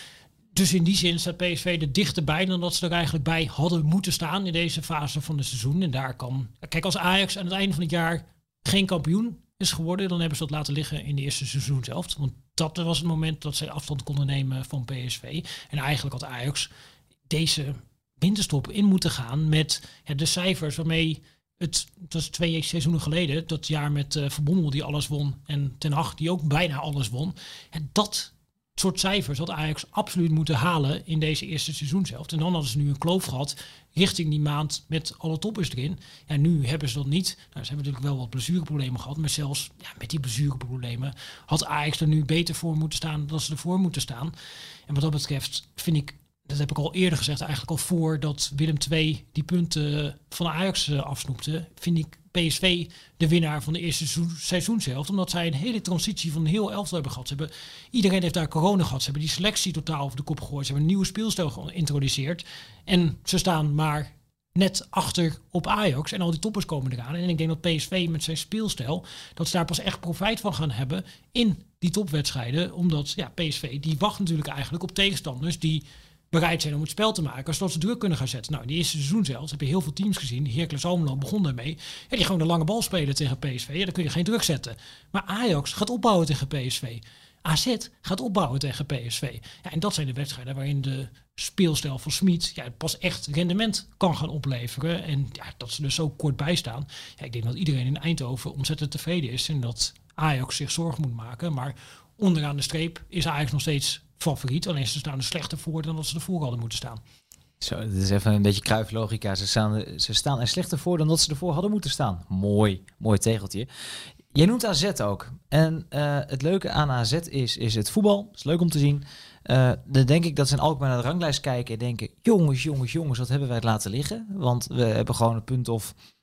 Dus in die zin staat PSV er dichterbij dan dat ze er eigenlijk bij hadden moeten staan in deze fase van het seizoen. En daar kan... Kijk, als Ajax aan het einde van het jaar geen kampioen is geworden, dan hebben ze dat laten liggen in de eerste seizoen zelf. Want dat was het moment dat ze afstand konden nemen van PSV. En eigenlijk had Ajax deze winterstop in moeten gaan met de cijfers waarmee het was 2 seizoenen geleden, dat jaar met Van Bommel die alles won en Ten Hag die ook bijna alles won. Dat soort cijfers had Ajax absoluut moeten halen in deze eerste seizoen zelf. En dan hadden ze nu een kloof gehad richting die maand met alle toppers erin. Ja, nu hebben ze dat niet. Nou, ze hebben natuurlijk wel wat blessureproblemen gehad, maar zelfs met die blessureproblemen had Ajax er nu beter voor moeten staan dan ze ervoor moeten staan. En wat dat betreft vind ik, dat heb ik al eerder gezegd, eigenlijk al voordat Willem II die punten van Ajax afsnoepte, vind ik PSV de winnaar van de eerste seizoen zelf. Omdat zij een hele transitie van een heel elftal hebben gehad. Iedereen heeft daar corona gehad. Ze hebben die selectie totaal over de kop gegooid. Ze hebben een nieuwe speelstijl geïntroduceerd. En ze staan maar net achter op Ajax. En al die toppers komen eraan. En ik denk dat PSV met zijn speelstijl, dat ze daar pas echt profijt van gaan hebben in die topwedstrijden. Omdat PSV, die wacht natuurlijk eigenlijk op tegenstanders die bereid zijn om het spel te maken, zodat ze druk kunnen gaan zetten. Nou, in die eerste seizoen zelfs heb je heel veel teams gezien. Heracles Almelo begon daarmee. Ja, die gewoon de lange bal spelen tegen PSV. Ja, dan kun je geen druk zetten. Maar Ajax gaat opbouwen tegen PSV. AZ gaat opbouwen tegen PSV. Ja, en dat zijn de wedstrijden waarin de speelstijl van Smit pas echt rendement kan gaan opleveren. En dat ze dus zo kort bij staan. Ja, ik denk dat iedereen in Eindhoven ontzettend tevreden is en dat Ajax zich zorgen moet maken. Maar onderaan de streep is Ajax nog steeds favoriet. Alleen ze staan er slechter voor dan dat ze ervoor hadden moeten staan. Zo, dat is even een beetje Cruijff-logica. Ze staan er slechter voor dan dat ze ervoor hadden moeten staan. Mooi tegeltje. Jij noemt AZ ook. En het leuke aan AZ is het voetbal. Het is leuk om te zien. Dan denk ik dat ze in Alkmaar naar de ranglijst kijken en denken, jongens, wat hebben wij het laten liggen? Want we hebben gewoon een punt of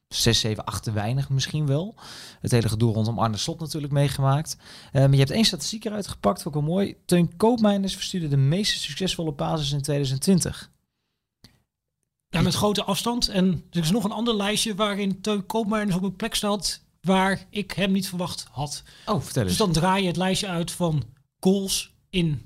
6, 7, 8 te weinig misschien wel. Het hele gedoe rondom Arne Slot natuurlijk meegemaakt. Maar je hebt 1 statistiek eruit gepakt, ook wel mooi. Teun Koopmeiners verstuurde de meest succesvolle passes in 2020. Ja, met grote afstand. En er is nog een ander lijstje waarin Teun Koopmeiners op een plek staat waar ik hem niet verwacht had. Oh, vertel eens. Dus dan draai je het lijstje uit van goals in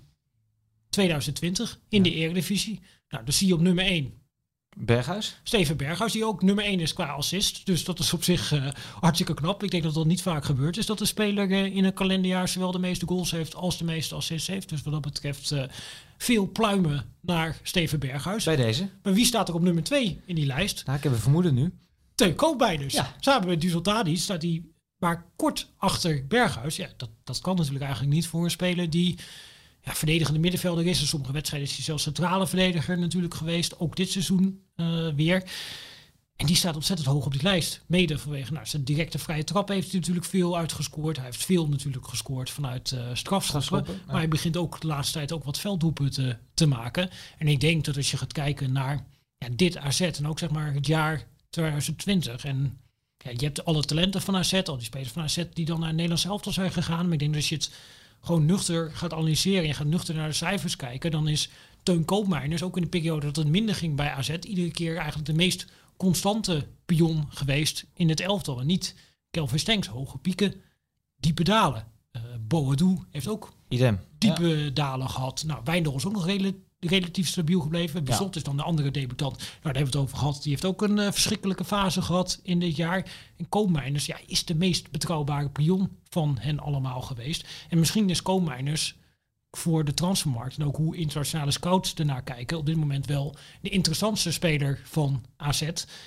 2020 in de Eredivisie. Nou, dan zie je op nummer 1 Berghuis? Steven Berghuis, die ook nummer 1 is qua assist. Dus dat is op zich hartstikke knap. Ik denk dat dat niet vaak gebeurd is. Dat de speler in een kalenderjaar zowel de meeste goals heeft als de meeste assists heeft. Dus wat dat betreft veel pluimen naar Steven Berghuis. Bij deze. Maar wie staat er op nummer 2 in die lijst? Nou, ik heb een vermoeden nu. Teun Koopmeiners. Ja. Samen met Dusan Tadic staat hij maar kort achter Berghuis. Ja, dat kan natuurlijk eigenlijk niet voor een speler die verdedigende middenvelder is. In sommige wedstrijden is hij zelfs centrale verdediger natuurlijk geweest. Ook dit seizoen weer. En die staat ontzettend hoog op die lijst. Mede vanwege zijn directe vrije trap heeft hij natuurlijk veel uitgescoord. Hij heeft veel natuurlijk gescoord vanuit strafschoppen. Maar hij begint ook de laatste tijd ook wat velddoelpunten te maken. En ik denk dat als je gaat kijken naar dit AZ en ook zeg maar het jaar 2020 en je hebt alle talenten van AZ, al die spelers van AZ die dan naar het Nederlands elftal zijn gegaan. Maar ik denk dat als je het gewoon nuchter gaat analyseren en je gaat nuchter naar de cijfers kijken, dan is Teun Koopmeiners ook in de periode dat het minder ging bij AZ iedere keer eigenlijk de meest constante pion geweest in het elftal. En niet Kelvin Stenks, hoge pieken, diepe dalen. Boadu heeft ook diepe dalen gehad. Nou, Wijndal is ook nog relatief stabiel gebleven. Bissot is dan de andere debutant. Nou, daar hebben we het over gehad. Die heeft ook een verschrikkelijke fase gehad in dit jaar. En Koopmeiners is de meest betrouwbare pion van hen allemaal geweest. En misschien is Koopmeiners voor de transfermarkt en ook hoe internationale scouts ernaar kijken op dit moment wel de interessantste speler van AZ.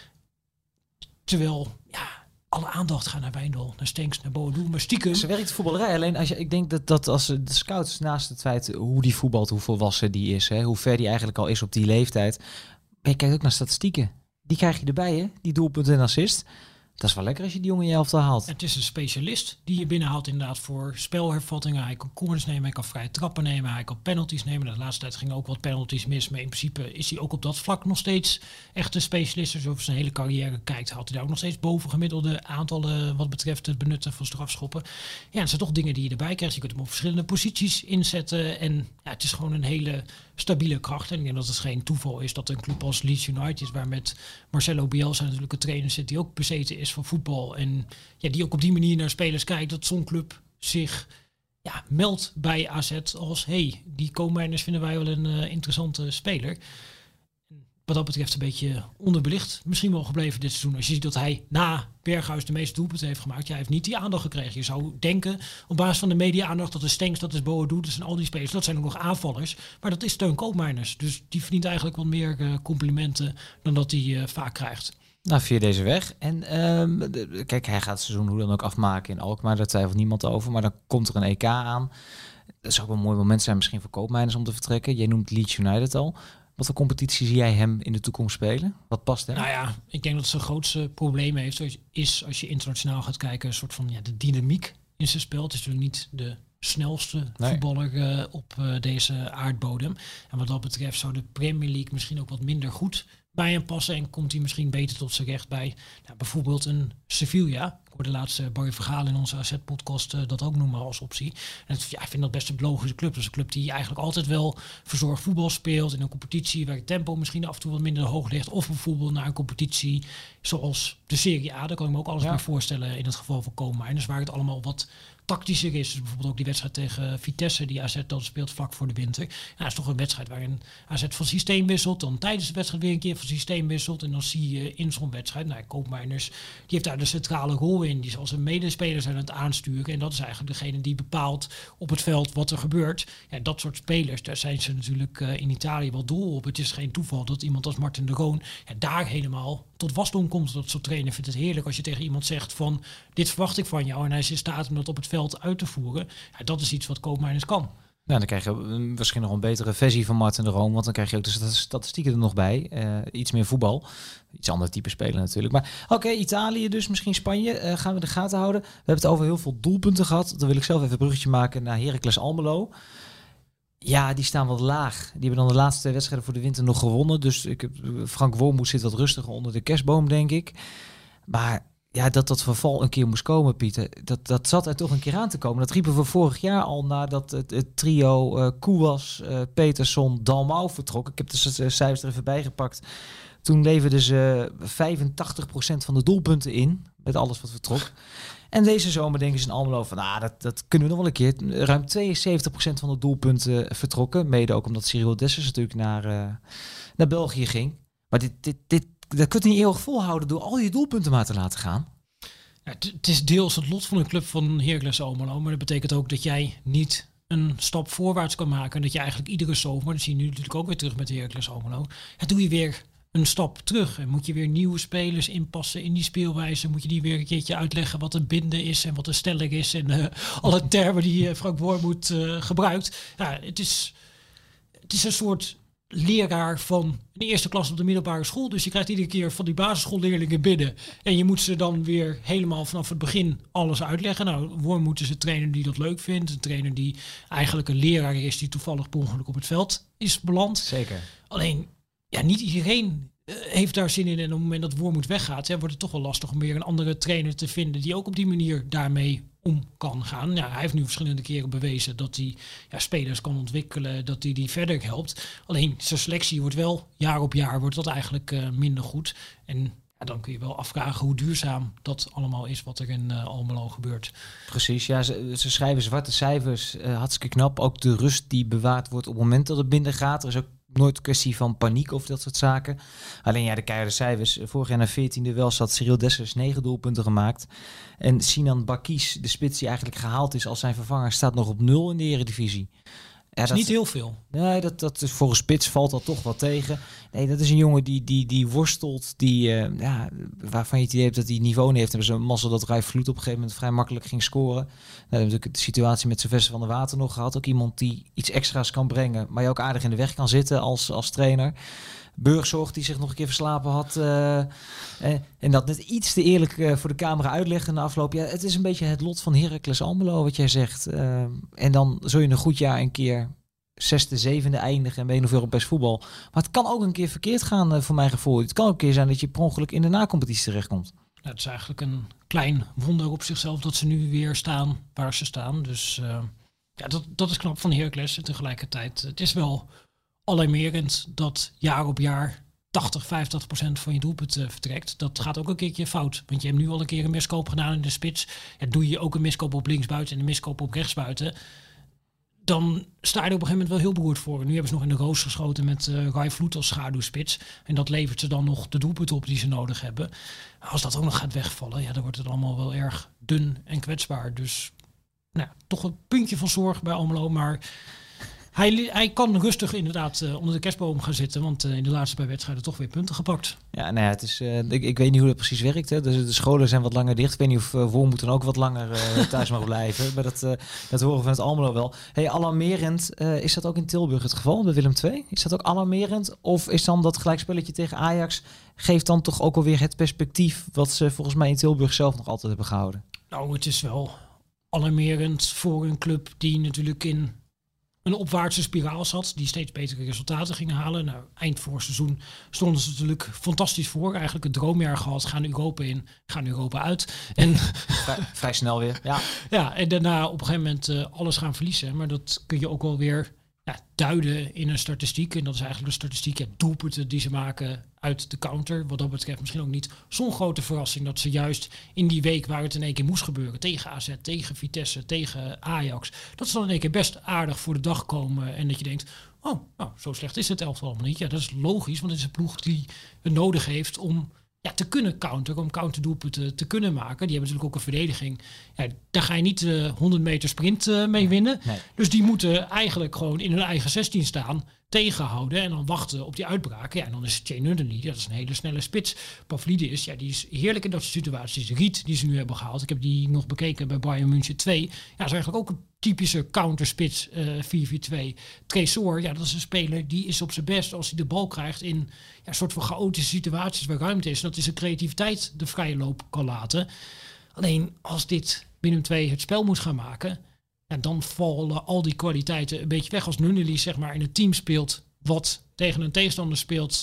Terwijl alle aandacht gaat naar Wijndal, naar Stenks, naar Boadu, maar stiekem. Ze werkt voetballerij. Alleen ik denk dat als de scouts naast het feit hoe die voetbalt, hoe volwassen die is, hoe ver die eigenlijk al is op die leeftijd. Maar je kijkt ook naar statistieken. Die krijg je erbij, hè? Die doelpunt en assist. Dat is wel lekker als je die jongen in je elftal haalt. Het is een specialist die je binnenhaalt inderdaad voor spelhervattingen. Hij kan corners nemen, hij kan vrije trappen nemen, hij kan penalties nemen. De laatste tijd gingen ook wat penalties mis, maar in principe is hij ook op dat vlak nog steeds echt een specialist. Dus over zijn hele carrière kijkt, had hij daar ook nog steeds bovengemiddelde aantallen wat betreft het benutten van strafschoppen. Ja, het zijn toch dingen die je erbij krijgt. Je kunt hem op verschillende posities inzetten en het is gewoon een hele stabiele kracht. En ik denk dat het geen toeval is dat een club als Leeds United, waar met Marcelo Bielsa natuurlijk een trainer zit die ook bezeten is van voetbal en die ook op die manier naar spelers kijkt, dat zo'n club zich meldt bij AZ als die Koopmeiners vinden wij wel een interessante speler. Wat dat betreft een beetje onderbelicht misschien wel gebleven dit seizoen. Als je ziet dat hij na Berghuis de meeste doelpunten heeft gemaakt, hij heeft niet die aandacht gekregen. Je zou denken op basis van de media-aandacht dat is Stenks, dat is Boadu, dat zijn al die spelers, dat zijn ook nog aanvallers. Maar dat is Teun Koopmeiners. Dus die verdient eigenlijk wat meer complimenten dan dat hij vaak krijgt. Nou, via deze weg. En kijk, hij gaat het seizoen hoe dan ook afmaken in Alkmaar. Daar twijfelt niemand over. Maar dan komt er een EK aan. Dat zou ook wel een mooi moment zijn misschien voor Koopmeiners om te vertrekken. Jij noemt Leeds United al. Wat voor competitie zie jij hem in de toekomst spelen? Wat past hem? Nou ja, ik denk dat zijn grootste probleem heeft is als je internationaal gaat kijken, een soort van de dynamiek in zijn spel. Het is natuurlijk niet de snelste voetballer op deze aardbodem. En wat dat betreft zou de Premier League misschien ook wat minder goed bij hem passen en komt hij misschien beter tot zijn recht bij bijvoorbeeld een Sevilla. Ik hoorde laatst Barry Vergaal in onze AZ-podcast dat ook noemen als optie. En ik vind dat best een logische club. Dat is een club die eigenlijk altijd wel verzorgd voetbal speelt in een competitie waar het tempo misschien af en toe wat minder hoog ligt. Of bijvoorbeeld naar een competitie zoals de Serie A. Daar kan ik me ook alles bij voorstellen in het geval van Koopmeiners, waar het allemaal wat tactischer is. Dus bijvoorbeeld ook die wedstrijd tegen Vitesse die AZ dan speelt vlak voor de winter. Ja, dat is toch een wedstrijd waarin AZ van systeem wisselt. Dan tijdens de wedstrijd weer een keer van systeem wisselt. En dan zie je in zo'n wedstrijd, Koopmeiners, die heeft daar de centrale rol in. Die zal zijn medespelers aan het aansturen. En dat is eigenlijk degene die bepaalt op het veld wat er gebeurt. Ja, dat soort spelers, daar zijn ze natuurlijk in Italië wel dol op. Het is geen toeval dat iemand als Martin de Roon daar helemaal tot wasdom komt. Dat soort trainer vindt het heerlijk als je tegen iemand zegt van dit verwacht ik van jou en hij is in staat om dat op het veld uit te voeren. Ja, dat is iets wat Koopmeiners kan. Nou, dan krijg je misschien nog een betere versie van Martin de Roon, want dan krijg je ook de statistieken er nog bij. Iets meer voetbal. Iets ander type spelen natuurlijk. Maar oké, Italië dus, misschien Spanje. Gaan we de gaten houden. We hebben het over heel veel doelpunten gehad. Dan wil ik zelf even een bruggetje maken naar Heracles Almelo. Ja, die staan wat laag. Die hebben dan de laatste 2 wedstrijden voor de winter nog gewonnen. Dus Frank Wormoed zit wat rustiger onder de kerstboom, denk ik. Maar ja, dat verval een keer moest komen, Pieter. Dat zat er toch een keer aan te komen. Dat riepen we vorig jaar al nadat het trio Kouwas, Peterson, Dalmau vertrok. Ik heb de cijfers er even bij gepakt. Toen leverden ze 85% van de doelpunten in, met alles wat vertrok. En deze zomer denken ze in Almelo van, dat kunnen we nog wel een keer. Ruim 72% van de doelpunten vertrokken. Mede ook omdat Cyril Dessers natuurlijk naar België ging. Maar dat kun je niet eeuwig volhouden door al je doelpunten maar te laten gaan. Ja, het is deels het lot van een club van Heracles Almelo. Maar dat betekent ook dat jij niet een stap voorwaarts kan maken. En dat je eigenlijk iedere zomer, dat zie je nu natuurlijk ook weer terug met Heracles Almelo. Ja, doe je weer een stap terug. En moet je weer nieuwe spelers inpassen in die speelwijze. Moet je die weer een keertje uitleggen wat een binden is en wat een stelling is. En alle termen die Frank Wormoed gebruikt. Ja, het is een soort leraar van de eerste klas op de middelbare school. Dus je krijgt iedere keer van die basisschoolleerlingen binnen. En je moet ze dan weer helemaal vanaf het begin alles uitleggen. Nou, Wormoed is een trainer die dat leuk vindt. Een trainer die eigenlijk een leraar is die toevallig per ongeluk op het veld is beland. Zeker. Alleen, ja, niet iedereen heeft daar zin in. En op het moment dat Wormoed weggaat, wordt het toch wel lastig om weer een andere trainer te vinden die ook op die manier daarmee om kan gaan. Ja, hij heeft nu verschillende keren bewezen dat hij spelers kan ontwikkelen, dat hij die verder helpt. Alleen zijn selectie wordt wel jaar op jaar wordt dat eigenlijk minder goed. En dan kun je wel afvragen hoe duurzaam dat allemaal is wat er in Almelo gebeurt. Precies, ja, ze schrijven zwarte cijfers, hartstikke knap. Ook de rust die bewaard wordt op het moment dat het minder gaat. Er is ook nooit kwestie van paniek of dat soort zaken. Alleen de keiharde cijfers. Vorig jaar naar 14e wel zat Cyril Dessers 9 doelpunten gemaakt. En Sinan Bakis, de spits die eigenlijk gehaald is als zijn vervanger, staat nog op 0 in de Eredivisie. Ja, dat is niet heel veel. Nee, dat is voor een spits valt dat toch wel tegen. Nee, dat is een jongen die worstelt, waarvan je het idee hebt dat hij niveau niet heeft. En zo'n mazzel dat Rai Vloed op een gegeven moment vrij makkelijk ging scoren. Nou, we hebben natuurlijk de situatie met Sylvester van der Water nog gehad. Ook iemand die iets extra's kan brengen, maar je ook aardig in de weg kan zitten als trainer. Burgzorg die zich nog een keer verslapen had. En dat net iets te eerlijk voor de camera uitleggen na afloop. Ja, het is een beetje het lot van Heracles Almelo wat jij zegt. En dan zul je een goed jaar een keer 6e, 7e eindigen en ben je nog Europees voetbal. Maar het kan ook een keer verkeerd gaan voor mijn gevoel. Het kan ook een keer zijn dat je per ongeluk in de nacompetitie terechtkomt. Nou, het is eigenlijk een klein wonder op zichzelf dat ze nu weer staan waar ze staan. Dus dat is knap van Heracles. En tegelijkertijd, het is wel alarmerend dat jaar op jaar 80-85% van je doelpunt vertrekt. Dat gaat ook een keertje fout. Want je hebt nu al een keer een miskoop gedaan in de spits. Ja, doe je ook een miskoop op linksbuiten en een miskoop op rechtsbuiten, dan sta je er op een gegeven moment wel heel beroerd voor. En nu hebben ze nog in de roos geschoten met Rai Vloed als schaduwspits. En dat levert ze dan nog de doelpunten op die ze nodig hebben. Als dat ook nog gaat wegvallen, dan wordt het allemaal wel erg dun en kwetsbaar. Dus toch een puntje van zorg bij Almelo, maar hij kan rustig inderdaad onder de kerstboom gaan zitten, want in de laatste paar wedstrijden toch weer punten gepakt. Ja, het is, ik weet niet hoe dat precies werkt. Hè. Dus de scholen zijn wat langer dicht. Ik weet niet of Wormoed dan ook wat langer thuis mag blijven. Maar dat horen we van het Almelo wel. Hey, alarmerend, is dat ook in Tilburg het geval, bij Willem II? Is dat ook alarmerend? Of is dan dat gelijkspelletje tegen Ajax, geeft dan toch ook alweer het perspectief wat ze volgens mij in Tilburg zelf nog altijd hebben gehouden? Nou, het is wel alarmerend voor een club die natuurlijk in een opwaartse spiraal zat, die steeds betere resultaten gingen halen. Nou, eind vorig seizoen stonden ze natuurlijk fantastisch voor. Eigenlijk een droomjaar gehad. Gaan Europa in, gaan Europa uit. En vrij snel weer. Ja, en daarna op een gegeven moment alles gaan verliezen. Maar dat kun je ook wel weer duiden in een statistiek. En dat is eigenlijk de statistiek, doelpunten die ze maken uit de counter. Wat dat betreft misschien ook niet zo'n grote verrassing dat ze juist in die week waar het in één keer moest gebeuren, tegen AZ, tegen Vitesse, tegen Ajax, dat ze dan in één keer best aardig voor de dag komen en dat je denkt, oh, nou, zo slecht is het elftal allemaal niet. Ja, dat is logisch, want het is een ploeg die het nodig heeft om te kunnen counteren, om counterdoelpunten te kunnen maken. Die hebben natuurlijk ook een verdediging. Ja, daar ga je niet 100 meter sprint mee winnen. Nee. Dus die moeten eigenlijk gewoon in hun eigen 16 staan, tegenhouden en dan wachten op die uitbraken. Ja, en dan is Jay Nuddenly, dat is een hele snelle spits. Pavlidis, die is heerlijk in dat soort situaties. Riet, die ze nu hebben gehaald. Ik heb die nog bekeken bij Bayern München 2. Ja, dat is eigenlijk ook een typische counterspits 4-4-2. Tresor, dat is een speler die is op zijn best als hij de bal krijgt in een soort van chaotische situaties waar ruimte is. En dat is zijn creativiteit de vrije loop kan laten. Alleen als dit Willem II het spel moet gaan maken, dan vallen al die kwaliteiten een beetje weg. Als Nunnery zeg maar in een team speelt wat tegen een tegenstander speelt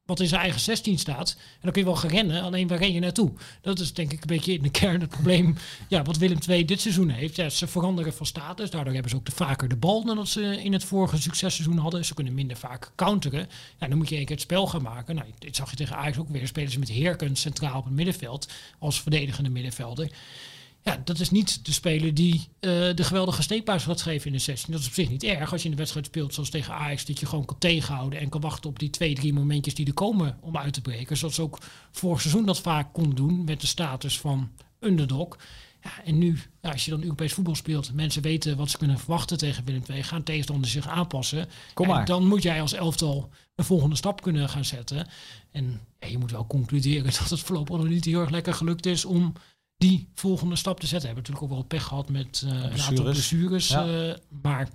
wat in zijn eigen 16 staat. En dan kun je wel gaan rennen, alleen waar ren je naartoe? Dat is denk ik een beetje in de kern het probleem wat Willem II dit seizoen heeft. Ja, ze veranderen van status, daardoor hebben ze ook vaker de bal dan dat ze in het vorige successeizoen hadden. Ze kunnen minder vaak counteren. Ja, dan moet je één keer het spel gaan maken. Nou, dit zag je tegen Ajax ook weer. Spelen ze met Heerkens centraal op het middenveld als verdedigende middenvelder. Ja, dat is niet de speler die de geweldige steekpaas gaat geven in de 16. Dat is op zich niet erg als je in de wedstrijd speelt zoals tegen Ajax. Dat je gewoon kan tegenhouden en kan wachten op die 2-3 momentjes die er komen om uit te breken. Zoals ze ook vorig seizoen dat vaak konden doen met de status van underdog. Ja, en nu, als je dan Europees voetbal speelt, mensen weten wat ze kunnen verwachten tegen Willem II. Gaan tegenstanders zich aanpassen. En dan moet jij als elftal een volgende stap kunnen gaan zetten. En je moet wel concluderen dat het voorlopig nog niet heel erg lekker gelukt is om die volgende stap te zetten. We hebben natuurlijk ook wel pech gehad met een aantal blessures. Maar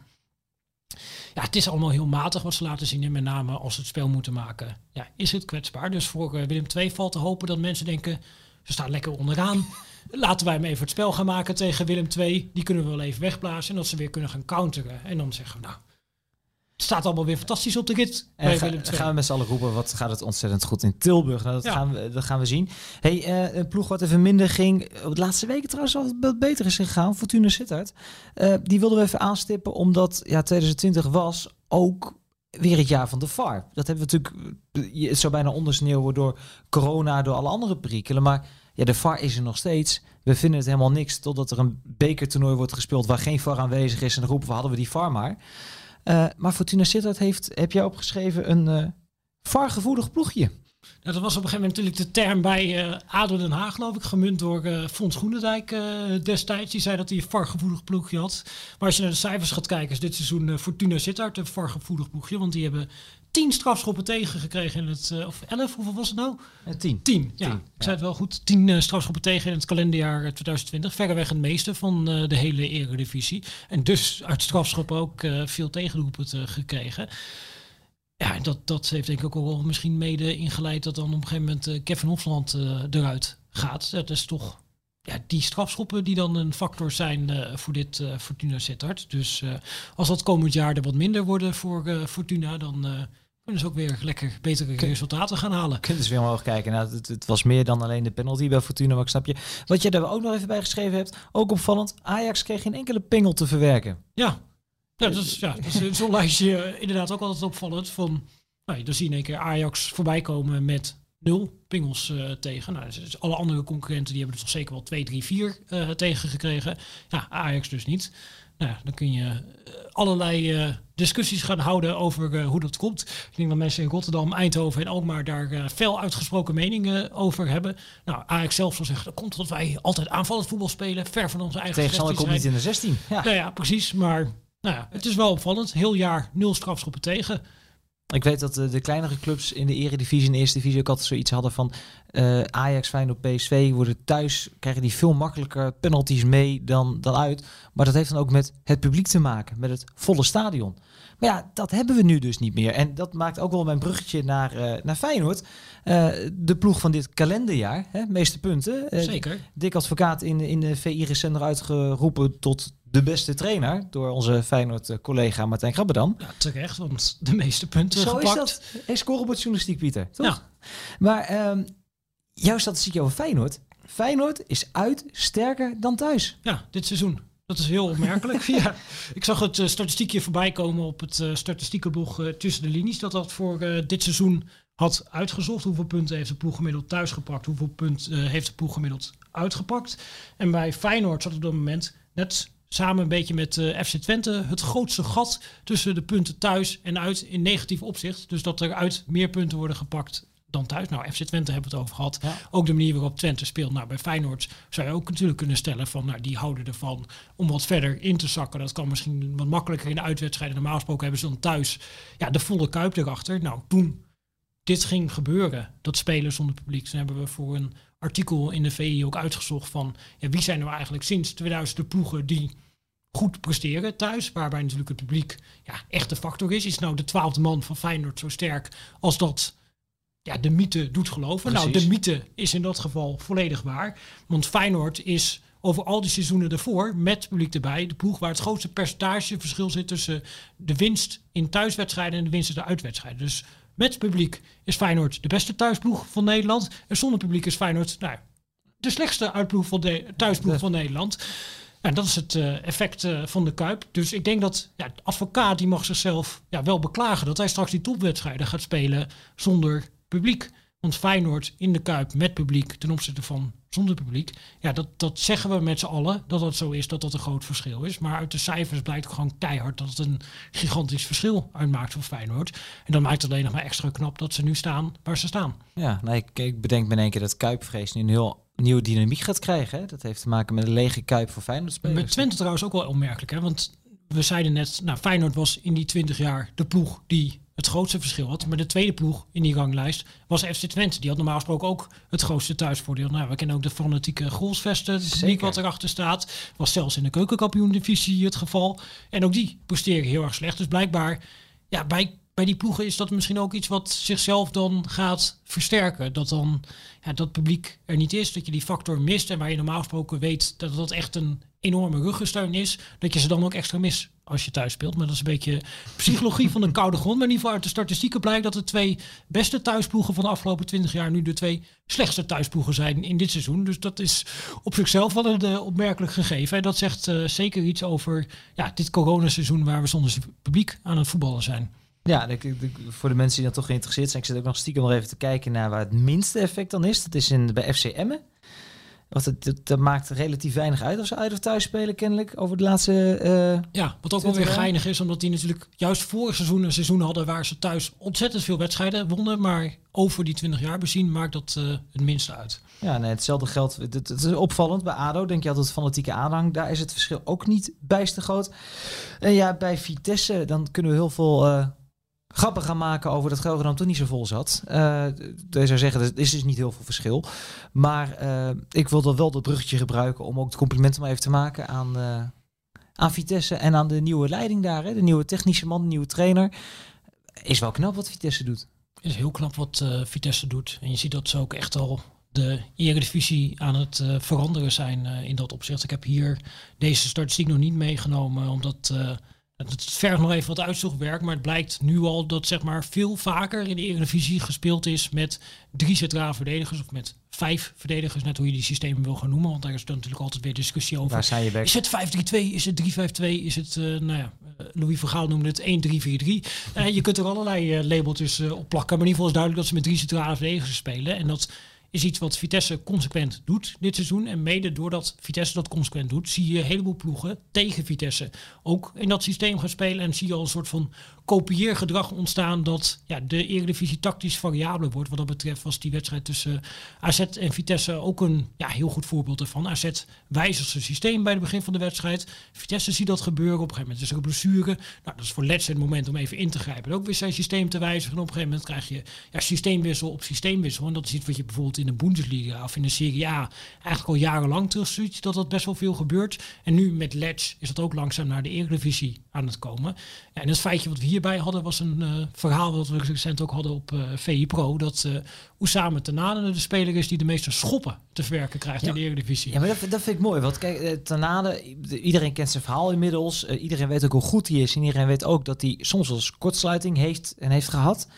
het is allemaal heel matig wat ze laten zien. En met name als ze het spel moeten maken, is het kwetsbaar. Dus voor Willem II valt te hopen dat mensen denken, ze staan lekker onderaan. Laten wij hem even het spel gaan maken tegen Willem II. Die kunnen we wel even wegblazen. En dat ze weer kunnen gaan counteren. En dan zeggen we, het staat allemaal weer fantastisch op de rit. En gaan we met z'n allen roepen, wat gaat het ontzettend goed in Tilburg. Nou, dat gaan we zien. Een ploeg wat even minder ging. Op de laatste weken trouwens al wat beter is gegaan. Fortuna Sittard. Die wilden we even aanstippen. Omdat 2020 was ook weer het jaar van de VAR. Dat hebben we natuurlijk, het zou bijna ondersneeuwen door corona, door alle andere perikelen. Maar de VAR is er nog steeds. We vinden het helemaal niks totdat er een bekertoernooi wordt gespeeld waar geen VAR aanwezig is. En dan roepen we, hadden we die VAR maar. Maar Fortuna Sittard heb jij opgeschreven, een VAR-gevoelig ploegje. Dat was op een gegeven moment natuurlijk de term bij ADO Den Haag, geloof ik, gemunt door Fons Groenendijk destijds. Die zei dat hij een VAR-gevoelig ploegje had. Maar als je naar de cijfers gaat kijken, is dit seizoen Fortuna Sittard een VAR-gevoelig ploegje. Want die hebben 10 strafschoppen tegengekregen in het, of 11, hoeveel was het nou? 10. 10, ja. Ik zei het wel goed. 10 strafschoppen tegen in het kalenderjaar 2020. Verreweg het meeste van de hele Eredivisie. En dus uit strafschoppen ook veel tegendoelpunten gekregen. Ja, dat heeft denk ik ook wel misschien mede ingeleid dat dan op een gegeven moment Kevin Hofland eruit gaat. Dat is toch die strafschoppen die dan een factor zijn voor dit Fortuna Sittard. Dus als dat komend jaar er wat minder worden voor Fortuna, dan kunnen ze ook weer lekker betere resultaten gaan halen. Kunnen ze weer omhoog kijken. Nou, het was meer dan alleen de penalty bij Fortuna, maar ik snap je. Wat je daar ook nog even bij geschreven hebt, ook opvallend, Ajax kreeg geen enkele pingel te verwerken. Ja, dat is zo'n lijstje inderdaad ook altijd opvallend. Van, dan zie je in één keer Ajax voorbij komen met 0 pingels tegen. Nou, dus alle andere concurrenten die hebben er toch zeker wel 2, 3, 4 tegen gekregen. Ja, Ajax dus niet. Nou, dan kun je allerlei discussies gaan houden over hoe dat komt. Ik denk dat mensen in Rotterdam, Eindhoven en Alkmaar daar fel uitgesproken meningen over hebben. Nou, Ajax zelf zal zeggen, dat komt omdat wij altijd aanvallend voetbal spelen, ver van onze eigen tegenstander komt niet in de 16. Ja. Nou ja, precies. Maar het is wel opvallend. Heel jaar 0 strafschoppen tegen. Ik weet dat de kleinere clubs in de Eredivisie en de Eerste Divisie ook altijd zoiets hadden van Ajax, Feyenoord, PSV worden thuis, krijgen die veel makkelijker penalties mee dan uit. Maar dat heeft dan ook met het publiek te maken, met het volle stadion. Maar dat hebben we nu dus niet meer. En dat maakt ook wel mijn bruggetje naar Feyenoord. De ploeg van dit kalenderjaar, meeste punten. Zeker. Dick Advocaat in de VI recent uitgeroepen tot de beste trainer door onze Feyenoord-collega Martijn Krabbedam. Ja, terecht, want de meeste punten zo gepakt. Zo is dat. Hey, scorebordjournalistiek, Pieter. Toch? Ja. Maar jouw statistiek over Feyenoord. Feyenoord is uit sterker dan thuis. Ja, dit seizoen. Dat is heel opmerkelijk. Ja. Ik zag het statistiekje voorbij komen op het statistiekenblog Tussen de Linies. Dat voor dit seizoen had uitgezocht. Hoeveel punten heeft de ploeg gemiddeld thuis gepakt? Hoeveel punten heeft de ploeg gemiddeld uitgepakt? En bij Feyenoord zat op dat moment net samen een beetje met FC Twente het grootste gat tussen de punten thuis en uit in negatief opzicht. Dus dat er uit meer punten worden gepakt dan thuis. Nou, FC Twente hebben we het over gehad. Ja. Ook de manier waarop Twente speelt. Nou, bij Feyenoord zou je ook natuurlijk kunnen stellen van, die houden ervan om wat verder in te zakken. Dat kan misschien wat makkelijker in de uitwedstrijden. Normaal gesproken hebben ze dan thuis de volle kuip erachter. Nou, toen dit ging gebeuren, dat spelen zonder publiek, toen hebben we voor een artikel in de VI ook uitgezocht van, wie zijn nou eigenlijk sinds 2000 de ploegen die goed presteren thuis, waarbij natuurlijk het publiek echt de factor is. Is nou de 12e man van Feyenoord zo sterk als dat de mythe doet geloven? Precies. Nou, de mythe is in dat geval volledig waar. Want Feyenoord is over al die seizoenen ervoor, met publiek erbij, de ploeg waar het grootste percentageverschil zit tussen de winst in thuiswedstrijden en de winst in de uitwedstrijden. Dus Met publiek is Feyenoord de beste thuisploeg van Nederland. En zonder publiek is Feyenoord de slechtste thuisploeg van Nederland. En dat is het effect van de Kuip. Dus ik denk dat de advocaat die mag zichzelf wel beklagen dat hij straks die topwedstrijden gaat spelen zonder publiek. Want Feyenoord in de Kuip met publiek ten opzichte van zonder publiek. Ja, dat zeggen we met z'n allen dat dat zo is, dat dat een groot verschil is. Maar uit de cijfers blijkt ook gewoon keihard dat het een gigantisch verschil uitmaakt voor Feyenoord. En dan maakt het alleen nog maar extra knap dat ze nu staan waar ze staan. Ja, ik bedenk me in één keer dat Kuipvrees nu een heel nieuwe dynamiek gaat krijgen. Hè? Dat heeft te maken met een lege Kuip voor Feyenoord-spelers. Met Twente trouwens ook wel opmerkelijk. Hè? Want we zeiden net, Feyenoord was in die 20 jaar de ploeg die het grootste verschil had. Maar de tweede ploeg in die ranglijst was FC Twente. Die had normaal gesproken ook het grootste thuisvoordeel. We kennen ook de fanatieke goalsvesten, het publiek wat erachter staat. Was zelfs in de keukenkampioen-divisie het geval. En ook die presteren heel erg slecht. Dus blijkbaar, bij die ploegen is dat misschien ook iets wat zichzelf dan gaat versterken. Dat dan dat publiek er niet is, dat je die factor mist. En waar je normaal gesproken weet dat dat echt een enorme ruggensteun is, dat je ze dan ook extra mist als je thuis speelt. Maar dat is een beetje psychologie van een koude grond. Maar in ieder geval uit de statistieken blijkt dat de 2 beste thuisploegen van de afgelopen 20 jaar nu de 2 slechtste thuisploegen zijn in dit seizoen. Dus dat is op zichzelf wel een opmerkelijk gegeven. En dat zegt zeker iets over dit coronaseizoen waar we zonder publiek aan het voetballen zijn. Ja, voor de mensen die dan toch geïnteresseerd zijn, ik zit ook nog stiekem nog even te kijken naar waar het minste effect dan is. Dat is bij FC Emmen. Dat maakt relatief weinig uit als ze uit of thuis spelen, kennelijk, over de laatste... wat ook wel weer geinig is, omdat die natuurlijk juist vorig seizoen een seizoen hadden waar ze thuis ontzettend veel wedstrijden wonnen, maar over die 20 jaar bezien maakt dat het minste uit. Ja, nee, hetzelfde geldt. Het is opvallend. Bij ADO denk je altijd fanatieke aanhang. Daar is het verschil ook niet bijster groot. En bij Vitesse, dan kunnen we heel veel grappen gaan maken over dat Gelredome toch niet zo vol zat. Je zou zeggen, er is dus niet heel veel verschil. Maar ik wil wel dat bruggetje gebruiken om ook het compliment maar even te maken aan Vitesse en aan de nieuwe leiding daar. Hè? De nieuwe technische man, de nieuwe trainer. Is wel knap wat Vitesse doet. Het is heel knap wat Vitesse doet. En je ziet dat ze ook echt al de eredivisie aan het veranderen zijn in dat opzicht. Ik heb hier deze statistiek nog niet meegenomen, omdat het vergt nog even wat uitzoekwerk, maar het blijkt nu al dat zeg maar veel vaker in de Eredivisie gespeeld is met 3 centrale verdedigers of met 5 verdedigers, net hoe je die systemen wil gaan noemen, want daar is dan natuurlijk altijd weer discussie over. Is het 5-3-2, is het 3-5-2, is het, Louis van Gaal noemde het 1-3-4-3. Je kunt er allerlei labeltjes op plakken, maar in ieder geval is duidelijk dat ze met 3 centrale verdedigers spelen en dat is iets wat Vitesse consequent doet dit seizoen. En mede doordat Vitesse dat consequent doet, zie je een heleboel ploegen tegen Vitesse ook in dat systeem gaan spelen. En zie je al een soort van kopieergedrag ontstaan dat de Eredivisie tactisch variabel wordt. Wat dat betreft was die wedstrijd tussen AZ en Vitesse ook een heel goed voorbeeld ervan. AZ wijzigt zijn systeem bij het begin van de wedstrijd. Vitesse ziet dat gebeuren. Op een gegeven moment is er een blessure. Dat is voor Let's het moment om even in te grijpen. En ook weer zijn systeem te wijzigen. En op een gegeven moment krijg je systeemwissel op systeemwissel. En dat is iets wat je bijvoorbeeld in de Bundesliga of in de Serie A eigenlijk al jarenlang terug ziet dat best wel veel gebeurt. En nu met Let's is dat ook langzaam naar de Eredivisie aan het komen. En het feitje wat we hierbij hadden was een verhaal wat we recent ook hadden op VI Pro, dat Oussama Tanane de speler is die de meeste schoppen te verwerken krijgt in de Eredivisie. Ja, maar dat vind ik mooi. Want kijk, Tanane, iedereen kent zijn verhaal inmiddels. Iedereen weet ook hoe goed hij is. En iedereen weet ook dat hij soms wel eens kortsluiting heeft gehad.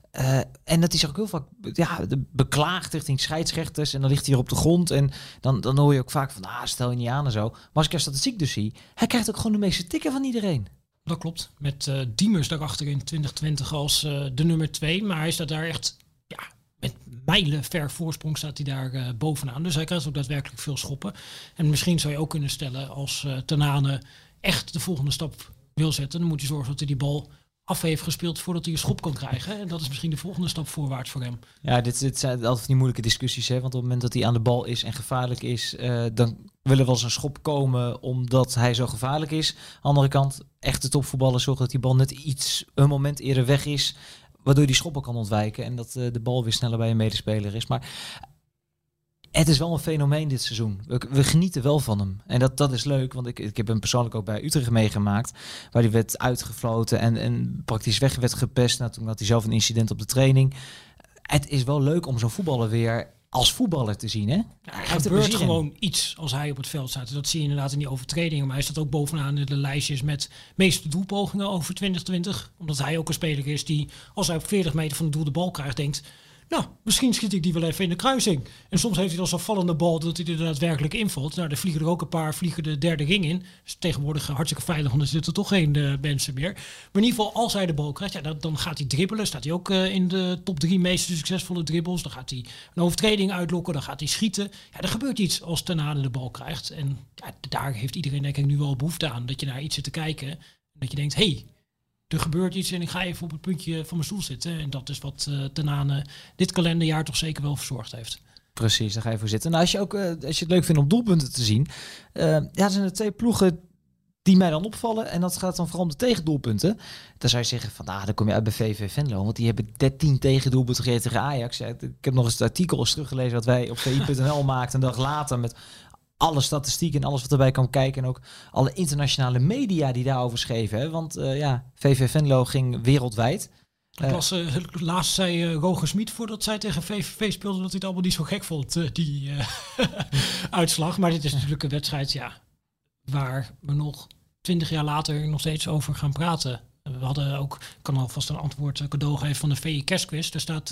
En dat is ook heel vaak beklaagd richting scheidsrechters. En dan ligt hij hier op de grond. En dan hoor je ook vaak van, stel je niet aan en zo. Maar als ik er statistiek dus zie, hij krijgt ook gewoon de meeste tikken van iedereen. Dat klopt. Met Diemers daarachter in 2020 als de nummer 2. Maar hij staat daar echt met mijlenver voorsprong staat hij daar bovenaan. Dus hij krijgt ook daadwerkelijk veel schoppen. En misschien zou je ook kunnen stellen als Tanane echt de volgende stap wil zetten, dan moet hij zorgen dat hij die bal af heeft gespeeld voordat hij een schop kan krijgen. En dat is misschien de volgende stap voorwaarts voor hem. Ja, dit zijn altijd die moeilijke discussies. Hè? Want op het moment dat hij aan de bal is en gevaarlijk is, dan willen wel eens een schop komen omdat hij zo gevaarlijk is. Andere kant, echte topvoetballers zorgen dat die bal net een moment eerder weg is, waardoor je die schoppen kan ontwijken en dat de bal weer sneller bij een medespeler is. Maar het is wel een fenomeen dit seizoen. We genieten wel van hem. En dat is leuk, want ik heb hem persoonlijk ook bij Utrecht meegemaakt, waar hij werd uitgefloten en praktisch weg werd gepest. Toen had hij zelf een incident op de training. Het is wel leuk om zo'n voetballer weer als voetballer te zien, hè? Er gebeurt gewoon iets als hij op het veld staat. Dat zie je inderdaad in die overtredingen. Maar hij staat ook bovenaan de lijstjes met meeste doelpogingen over 2020. Omdat hij ook een speler is die, als hij op 40 meter van het doel de bal krijgt, denkt... Nou, misschien schiet ik die wel even in de kruising. En soms heeft hij dan zo'n vallende bal dat hij er daadwerkelijk invalt. Nou, er vliegen er ook een paar, vliegen de derde ring in. Dus tegenwoordig hartstikke veilig, want er zitten toch geen mensen meer. Maar in ieder geval, als hij de bal krijgt, ja, dan gaat hij dribbelen. Staat hij ook in de top 3 meest succesvolle dribbles. Dan gaat hij een overtreding uitlokken, dan gaat hij schieten. Ja, er gebeurt iets als Ten Hade de bal krijgt. En ja, daar heeft iedereen denk ik nu wel behoefte aan. Dat je naar iets zit te kijken en dat je denkt, hey, er gebeurt iets en ik ga even op het puntje van mijn stoel zitten. En dat is wat Ten Hade dit kalenderjaar toch zeker wel verzorgd heeft. Precies, daar ga je voor zitten. Nou, als je het leuk vindt om doelpunten te zien. Er zijn er 2 ploegen die mij dan opvallen. En dat gaat dan vooral om de tegendoelpunten. Dan zou je zeggen van, dan kom je uit bij VV Venlo. Want die hebben 13 tegendoelpunten gegeven tegen Ajax. Ja, ik heb nog eens het artikel teruggelezen wat wij op vi.nl maakten een dag later met alle statistieken en alles wat erbij kwam kijken. En ook alle internationale media die daarover schreven. Hè? Want VV Venlo ging wereldwijd. Laatst zei Roger Smit voordat zij tegen VVV speelde dat hij het allemaal niet zo gek vond, die uitslag. Maar dit is natuurlijk een wedstrijd waar we nog 20 jaar later nog steeds over gaan praten. We hadden ook, ik kan alvast een antwoord cadeau geven van de VI Kerstquiz. Daar staat